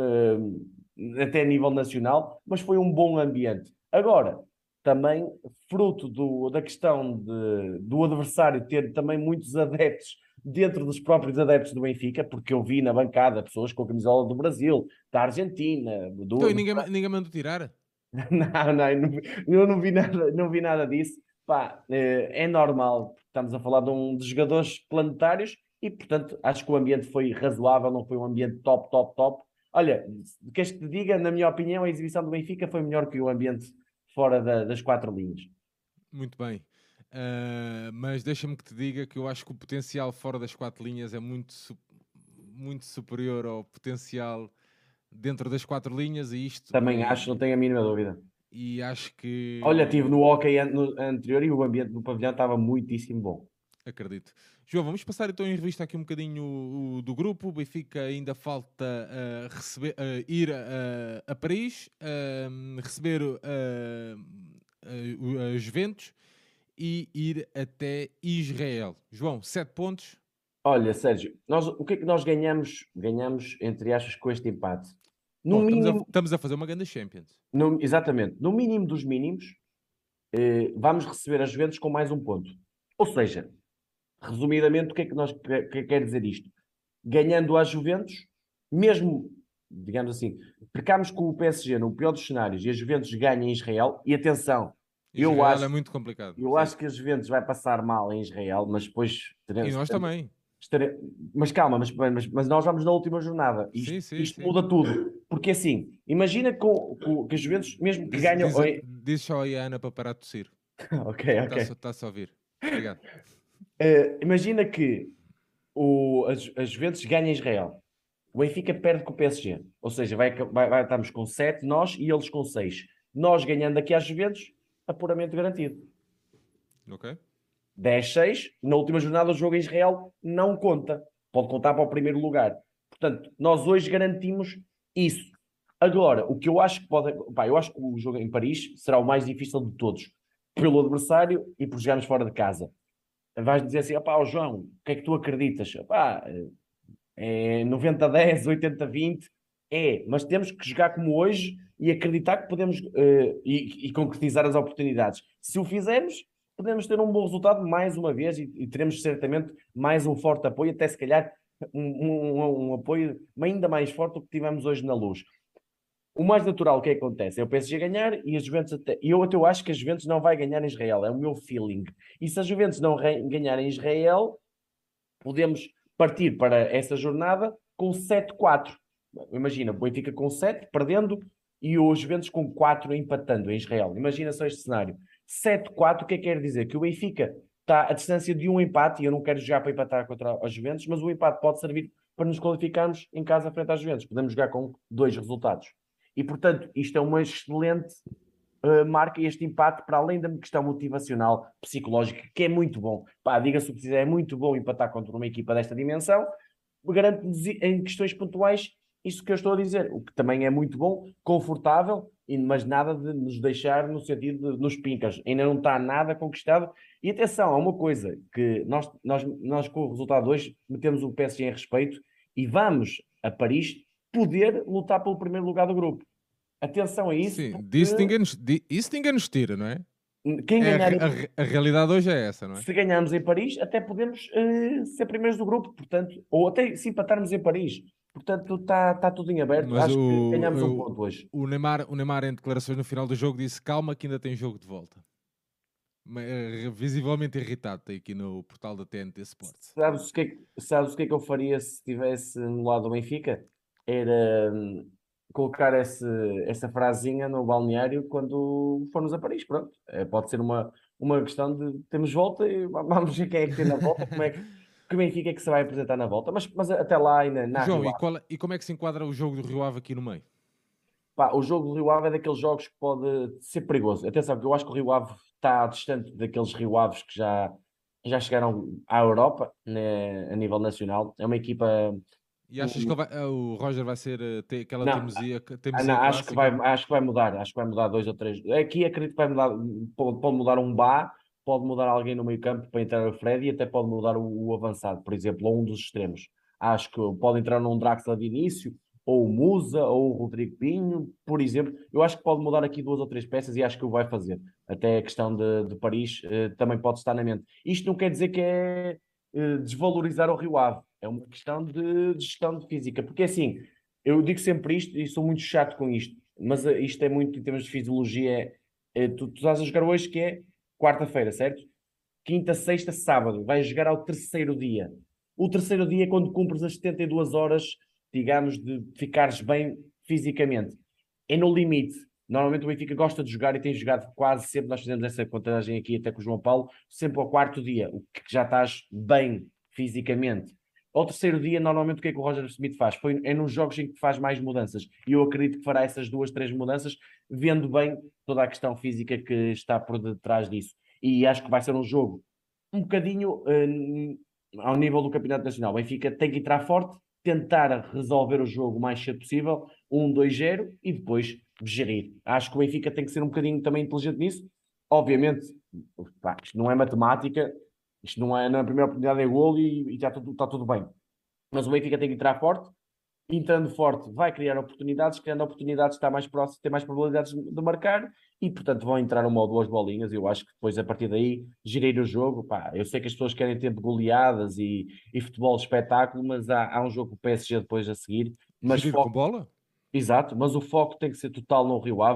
uh, até a nível nacional, mas foi um bom ambiente. Agora, também fruto do, da questão de, do adversário ter também muitos adeptos dentro dos próprios adeptos do Benfica, porque eu vi na bancada pessoas com a camisola do Brasil, da Argentina, Então, e do, do... ninguém, ninguém mandou tirar? Não, não, eu não, vi- eu não vi nada, não vi nada disso. Pá, é, é normal, estamos a falar de, um, de jogadores planetários e, portanto, acho que o ambiente foi razoável, não foi um ambiente top, top, top. Olha, queres que te diga, na minha opinião, a exibição do Benfica foi melhor que o ambiente fora da- das quatro linhas. Muito bem. Ah, mas deixa-me que te diga que eu acho que o potencial fora das quatro linhas é muito, su- muito superior ao potencial dentro das quatro linhas e isto Também acho, não e, tenho a mínima dúvida. e acho Olha, estive que no hóquei an- no anterior e o ambiente do pavilhão estava muitíssimo bom. acredito. João, vamos passar então em revista aqui um bocadinho o, o do grupo. O Benfica ainda falta ah, receber, ah, ir a, a Paris, ah, receber ah, ah, os Juventus e ir até Israel. João, sete pontos. Olha, Sérgio, nós, o que é que nós ganhamos? Ganhamos, entre aspas, com este empate. No Bom, estamos a, mínimo, estamos a fazer uma grande Champions. no- exatamente, no mínimo dos mínimos, eh, vamos receber as Juventus com mais um ponto. Ou seja, resumidamente, o que é que nós que, que quer dizer isto? Ganhando às Juventus, mesmo, digamos assim, percamos com o P S G no pior dos cenários e a Juventus ganha em Israel, e atenção, eu Israel é acho, muito complicado, eu sim. acho que a Juventus vai passar mal em Israel, mas depois E teremos, nós também. Estare... Mas calma, mas, mas, mas nós vamos na última jornada. Isto, Sim, sim, isto sim. muda tudo. Porque assim, imagina com, com, que a Juventus, mesmo que Diz, ganham. diz, Oi... diz só aí a Ana para parar de tossir. Ok, ok. Está-se está a ouvir. Obrigado. Uh, imagina que o, a, a Juventus ganha em Israel. O Benfica perde com o P S G. Ou seja, vai, vai, vai, estamos com sete, nós, e eles com seis. Nós ganhando aqui às Juventus, apuramento garantido. Ok. dez seis, na última jornada o jogo em Israel não conta. Pode contar para o primeiro lugar. Portanto, nós hoje garantimos isso. Agora, o que eu acho que pode... Pá, eu acho que o jogo em Paris será o mais difícil de todos. Pelo adversário e por jogarmos fora de casa. Vais dizer assim, opá, oh, João, o que é que tu acreditas? Opá, é noventa a dez, oitenta a vinte, é, mas temos que jogar como hoje e acreditar que podemos uh, e, e concretizar as oportunidades. Se o fizermos, podemos ter um bom resultado mais uma vez e, e teremos certamente mais um forte apoio, até se calhar um, um, um apoio ainda mais forte do que tivemos hoje na Luz. O mais natural que acontece é o P S G ganhar e a Juventus até. Eu até eu acho que a Juventus não vai ganhar em Israel, é o meu feeling. E se a Juventus não ganhar em Israel, podemos partir para essa jornada com sete quatro. Imagina, o Benfica com sete, perdendo, e o Juventus com quatro empatando em Israel. Imagina só este cenário. sete quatro, o que é que quer dizer? Que o Benfica está a distância de um empate, e eu não quero jogar para empatar contra os Juventus, mas o empate pode servir para nos qualificarmos em casa frente às Juventus. Podemos jogar com dois resultados. E, portanto, isto é uma excelente uh, marca este empate, para além da questão motivacional, psicológica, que é muito bom. Pá, diga-se o que quiser, é muito bom empatar contra uma equipa desta dimensão. Garante-nos em questões pontuais isso que eu estou a dizer, o que também é muito bom, confortável, mas nada de nos deixar no sentido de nos pincas. Ainda não está nada conquistado. E atenção, há uma coisa, que nós, nós, nós com o resultado hoje metemos o P S G em respeito e vamos a Paris poder lutar pelo primeiro lugar do grupo. Atenção a isso, Sim, porque disso ninguém nos, di- isso ninguém nos tira, não é? quem É a, ganhar re- em, a re- a realidade hoje é essa, não é? se ganharmos em Paris, até podemos uh, ser primeiros do grupo, portanto, ou até se empatarmos em Paris. Portanto, está tá tudo em aberto. Mas Acho que o, ganhamos um o, ponto hoje. o, Neymar, o Neymar, em declarações no final do jogo, disse calma que ainda tem jogo de volta. Ma- eh, Visivelmente irritado, tem aqui no portal da T N T Sports. Sabes o que é que, sabes o que é que eu faria se estivesse no lado do Benfica? Era hum, colocar esse, essa frasinha no balneário quando formos a Paris. Pronto. É, pode ser uma, uma questão de temos volta e vamos ver quem é que tem na volta, como é que, que Benfica é que se vai apresentar na volta. Mas, mas até lá, ainda na João, Rio e, Ave. qual, é- e como é que se enquadra o jogo do Rio Ave aqui no meio? Pá, o jogo do Rio Ave é daqueles jogos que pode ser perigoso. Atenção, que eu acho que o Rio Ave está distante daqueles Rio Aves que já, já chegaram à Europa, né, a nível nacional. É uma equipa. E achas que ele vai- eh, o Roger vai ser eh, ter aquela Não, teimosia, ah, não, teimosia acho que vai, clássica? acho que vai mudar. Acho que vai mudar dois ou três. Aqui acredito que vai mudar. Pode, pode mudar um Bá, pode mudar alguém no meio campo para entrar o Fred e até pode mudar o, o avançado, por exemplo, ou um dos extremos. Acho que pode entrar num Draxler de início, ou o Musa, ou o Rodrigo Pinho, por exemplo. Eu acho que pode mudar aqui duas ou três peças e acho que o vai fazer. Até a questão de, de Paris eh, também pode estar na mente. Isto não quer dizer que é eh, desvalorizar o Rio Ave. É uma questão de, de gestão de física. Porque assim, eu digo sempre isto e sou muito chato com isto, mas eh, isto é muito em termos de fisiologia. É, é, tu, tu estás a jogar hoje que é quarta-feira, certo? Quinta, sexta, sábado. Vais jogar ao terceiro dia. O terceiro dia é quando cumpres as setenta e duas horas, digamos, de ficares bem fisicamente. É no limite. Normalmente o Benfica gosta de jogar e tem jogado quase sempre. Nós fizemos essa contagem aqui até com o João Paulo, sempre ao quarto dia, o que já estás bem fisicamente. Ao terceiro dia, normalmente o que é que o Roger Smith faz? Foi, é nos jogos em que faz mais mudanças. E eu acredito que fará essas duas, três mudanças, vendo bem toda a questão física que está por detrás disso. E acho que vai ser um jogo um bocadinho uh, ao nível do Campeonato Nacional. O Benfica tem que entrar forte, tentar resolver o jogo o mais cedo possível, um dois zero, e depois gerir. Acho que o Benfica tem que ser um bocadinho também inteligente nisso. Obviamente, pá, isto não é matemática, isto não é na primeira oportunidade é golo e, e está, tudo, está tudo bem. Mas o Benfica tem que entrar forte, entrando forte vai criar oportunidades, criando oportunidades está mais próximo, tem mais probabilidades de marcar e portanto vão entrar uma ou duas bolinhas. Eu acho que depois a partir daí gerir o jogo, pá, eu sei que as pessoas querem ter goleadas e, e futebol de espetáculo, mas há, há um jogo com o P S G depois a seguir, mas Gerir com foco, bola? exato, mas o foco tem que ser total no Rio Ave.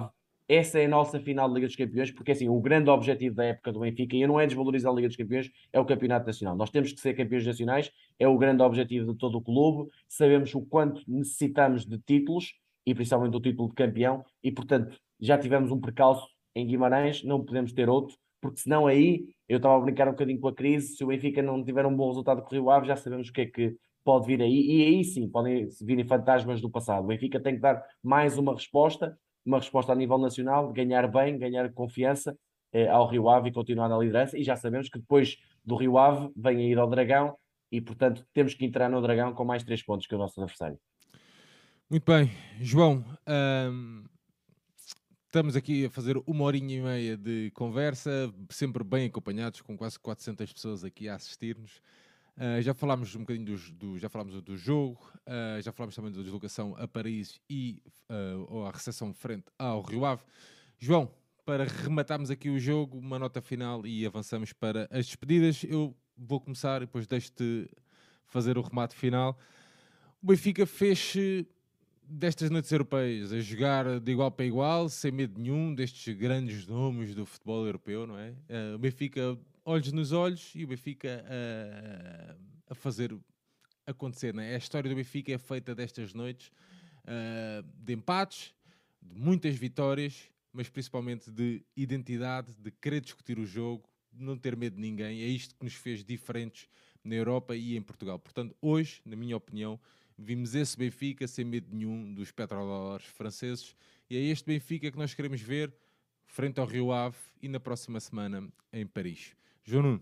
essa é a nossa final de Liga dos Campeões, porque assim, o grande objetivo da época do Benfica, e não é desvalorizar a Liga dos Campeões, é o Campeonato Nacional. Nós temos que ser campeões nacionais, é o grande objetivo de todo o clube, sabemos o quanto necessitamos de títulos, e principalmente o título de campeão, e portanto já tivemos um percalço em Guimarães, não podemos ter outro, porque senão aí, eu estava a brincar um bocadinho com a crise, se o Benfica não tiver um bom resultado com o Rio Ave, já sabemos o que é que pode vir aí, e aí sim podem vir fantasmas do passado. O Benfica tem que dar mais uma resposta, uma resposta a nível nacional, ganhar bem, ganhar confiança eh, ao Rio Ave e continuar na liderança. E já sabemos que depois do Rio Ave vem a ir ao Dragão e, portanto, temos que entrar no Dragão com mais três pontos que o nosso adversário. Muito bem, João, hum, estamos aqui a fazer uma horinha e meia de conversa, sempre bem acompanhados, com quase quatrocentas pessoas aqui a assistir-nos. Uh, já falámos um bocadinho do, do, já falámos do jogo, uh, já falámos também da deslocação a Paris e uh, a recepção frente ao Rio Ave. João, para rematarmos aqui o jogo, uma nota final e avançamos para as despedidas. Eu vou começar e depois deixo-te fazer o remate final. O Benfica fez destas noites europeias a jogar de igual para igual, sem medo nenhum destes grandes nomes do futebol europeu, não é? Uh, o Benfica olhos nos olhos e o Benfica uh, a fazer acontecer, não é? A história do Benfica é feita destas noites uh, de empates, de muitas vitórias, mas principalmente de identidade, de querer discutir o jogo, de não ter medo de ninguém. É isto que nos fez diferentes na Europa e em Portugal. Portanto, hoje, na minha opinião, vimos esse Benfica sem medo nenhum dos petrodólares franceses, e é este Benfica que nós queremos ver frente ao Rio Ave e na próxima semana em Paris. João Nuno,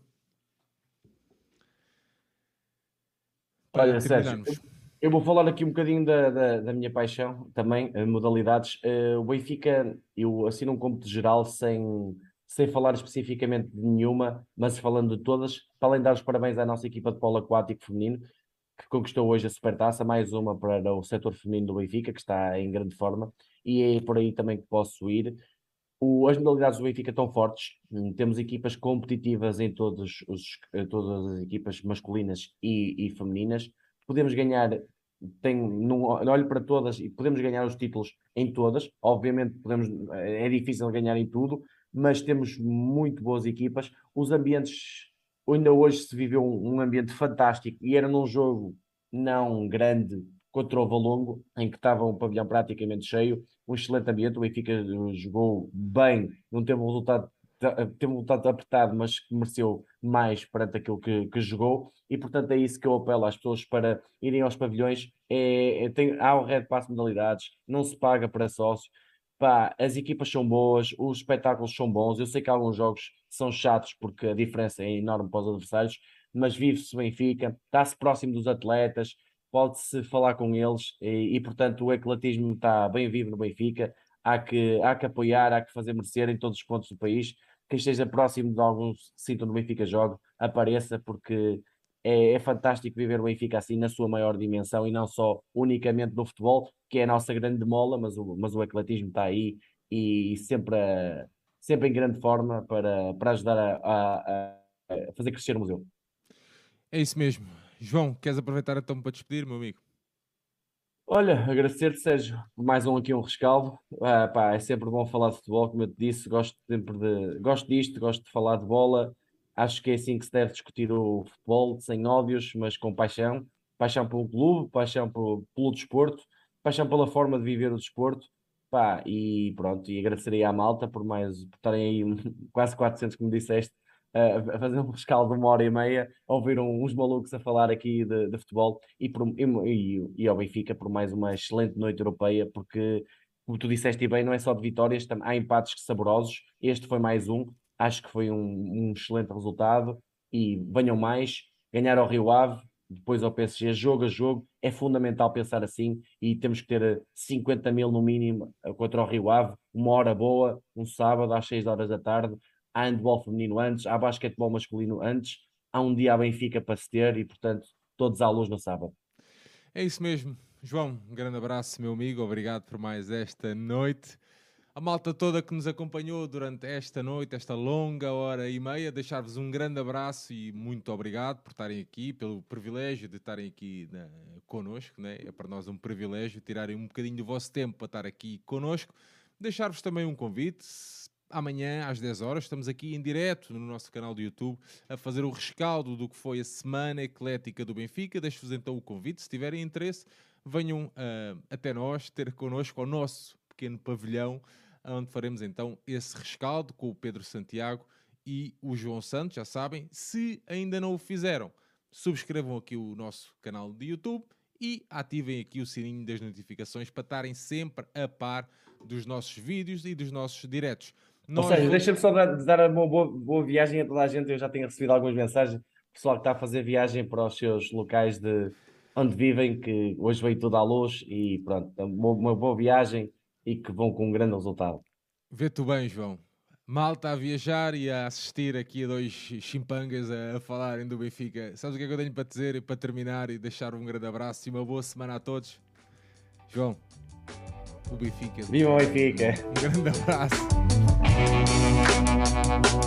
para Olha, Sérgio, terminarmos. eu vou falar aqui um bocadinho da, da, da minha paixão também, eh, modalidades. Eh, o Benfica, eu assino um cômputo geral sem, sem falar especificamente de nenhuma, mas falando de todas, para além de dar os parabéns à nossa equipa de polo aquático feminino, que conquistou hoje a Supertaça, mais uma para o setor feminino do Benfica, que está em grande forma, e é por aí também que posso ir. O, as modalidades do Benfica estão fortes, hum, temos equipas competitivas em todos os, eh, todas as equipas masculinas e, e femininas. Podemos ganhar, tem, num, olho para todas e podemos ganhar os títulos em todas. Obviamente podemos, é difícil ganhar em tudo, mas temos muito boas equipas. Os ambientes, ainda hoje se viveu um, um ambiente fantástico e era num jogo não grande contra o Valongo, em que estava um pavilhão praticamente cheio, um excelente ambiente. O Benfica jogou bem, não teve um resultado, teve um resultado apertado, mas mereceu mais perante aquilo que, que jogou, e portanto é isso que eu apelo às pessoas para irem aos pavilhões. É, é, tem, há o Red Pass modalidades, não se paga para sócio. Pá, as equipas são boas, os espetáculos são bons. Eu sei que alguns jogos são chatos porque a diferença é enorme para os adversários, mas vive-se Benfica, está-se próximo dos atletas, pode-se falar com eles e, e, portanto, o ecletismo está bem vivo no Benfica. Há que, há que apoiar, há que fazer merecer em todos os pontos do país. Quem esteja próximo de alguns sítios no Benfica jogue, apareça, porque é, é fantástico viver o Benfica assim na sua maior dimensão e não só unicamente no futebol, que é a nossa grande mola, mas o, mas o ecletismo está aí e, e sempre, a, sempre em grande forma para, para ajudar a, a, a fazer crescer o museu. É isso mesmo. João, queres aproveitar então para despedir, meu amigo? Olha, agradecer-te, Sérgio, por mais um aqui um rescaldo. Ah, pá, é sempre bom falar de futebol, como eu te disse, gosto sempre de, gosto disto, gosto de falar de bola. Acho que é assim que se deve discutir o futebol, sem ódios, mas com paixão. Paixão pelo clube, paixão pelo, pelo desporto, paixão pela forma de viver o desporto. Pá, e pronto, e agradecerei à malta por mais, por estarem aí quase quatrocentos, como disseste, a a fazer um rescaldo de uma hora e meia, a ouvir um- uns malucos a falar aqui de, de futebol e, por, e, e, e ao Benfica por mais uma excelente noite europeia, porque, como tu disseste e bem, não é só de vitórias, tam- há empates saborosos. Este foi mais um, acho que foi um, um excelente resultado e venham mais, ganhar ao Rio Ave, depois ao P S G, jogo a jogo, é fundamental pensar assim e temos que ter eh, cinquenta mil no mínimo eh, contra o Rio Ave, uma hora boa, um sábado às seis horas da tarde. Há handball feminino antes, há basquetebol masculino antes, há um dia a Benfica para se ter e, portanto, todos à luz no sábado. É isso mesmo. João, um grande abraço, meu amigo. Obrigado por mais esta noite. A malta toda que nos acompanhou durante esta noite, esta longa hora e meia, deixar-vos um grande abraço e muito obrigado por estarem aqui, pelo privilégio de estarem aqui na, connosco, né? É para nós um privilégio tirarem um bocadinho do vosso tempo para estar aqui connosco. deixar-vos também um convite. Amanhã às dez horas estamos aqui em direto no nosso canal do YouTube a fazer o rescaldo do que foi a semana eclética do Benfica. Deixo-vos então o convite, se tiverem interesse, venham uh, até nós, ter connosco ao nosso pequeno pavilhão, onde faremos então esse rescaldo com o Pedro Santiago e o João Santos, já sabem. Se ainda não o fizeram, subscrevam aqui o nosso canal de YouTube e ativem aqui o sininho das notificações para estarem sempre a par dos nossos vídeos e dos nossos diretos. Ou seja, deixa-me só dar, dar uma boa, boa viagem a toda a gente. Eu já tenho recebido algumas mensagens. Pessoal que está a fazer viagem para os seus locais de onde vivem, que hoje veio tudo à luz e pronto, uma, uma boa viagem e que vão com um grande resultado. Vê-te bem, João. Malta a viajar e a assistir aqui a dois chimpangas a, a falarem do Benfica. Sabes o que é que eu tenho para dizer e para terminar e deixar um grande abraço e uma boa semana a todos? João, o Benfica. Viva o Benfica! Um grande abraço.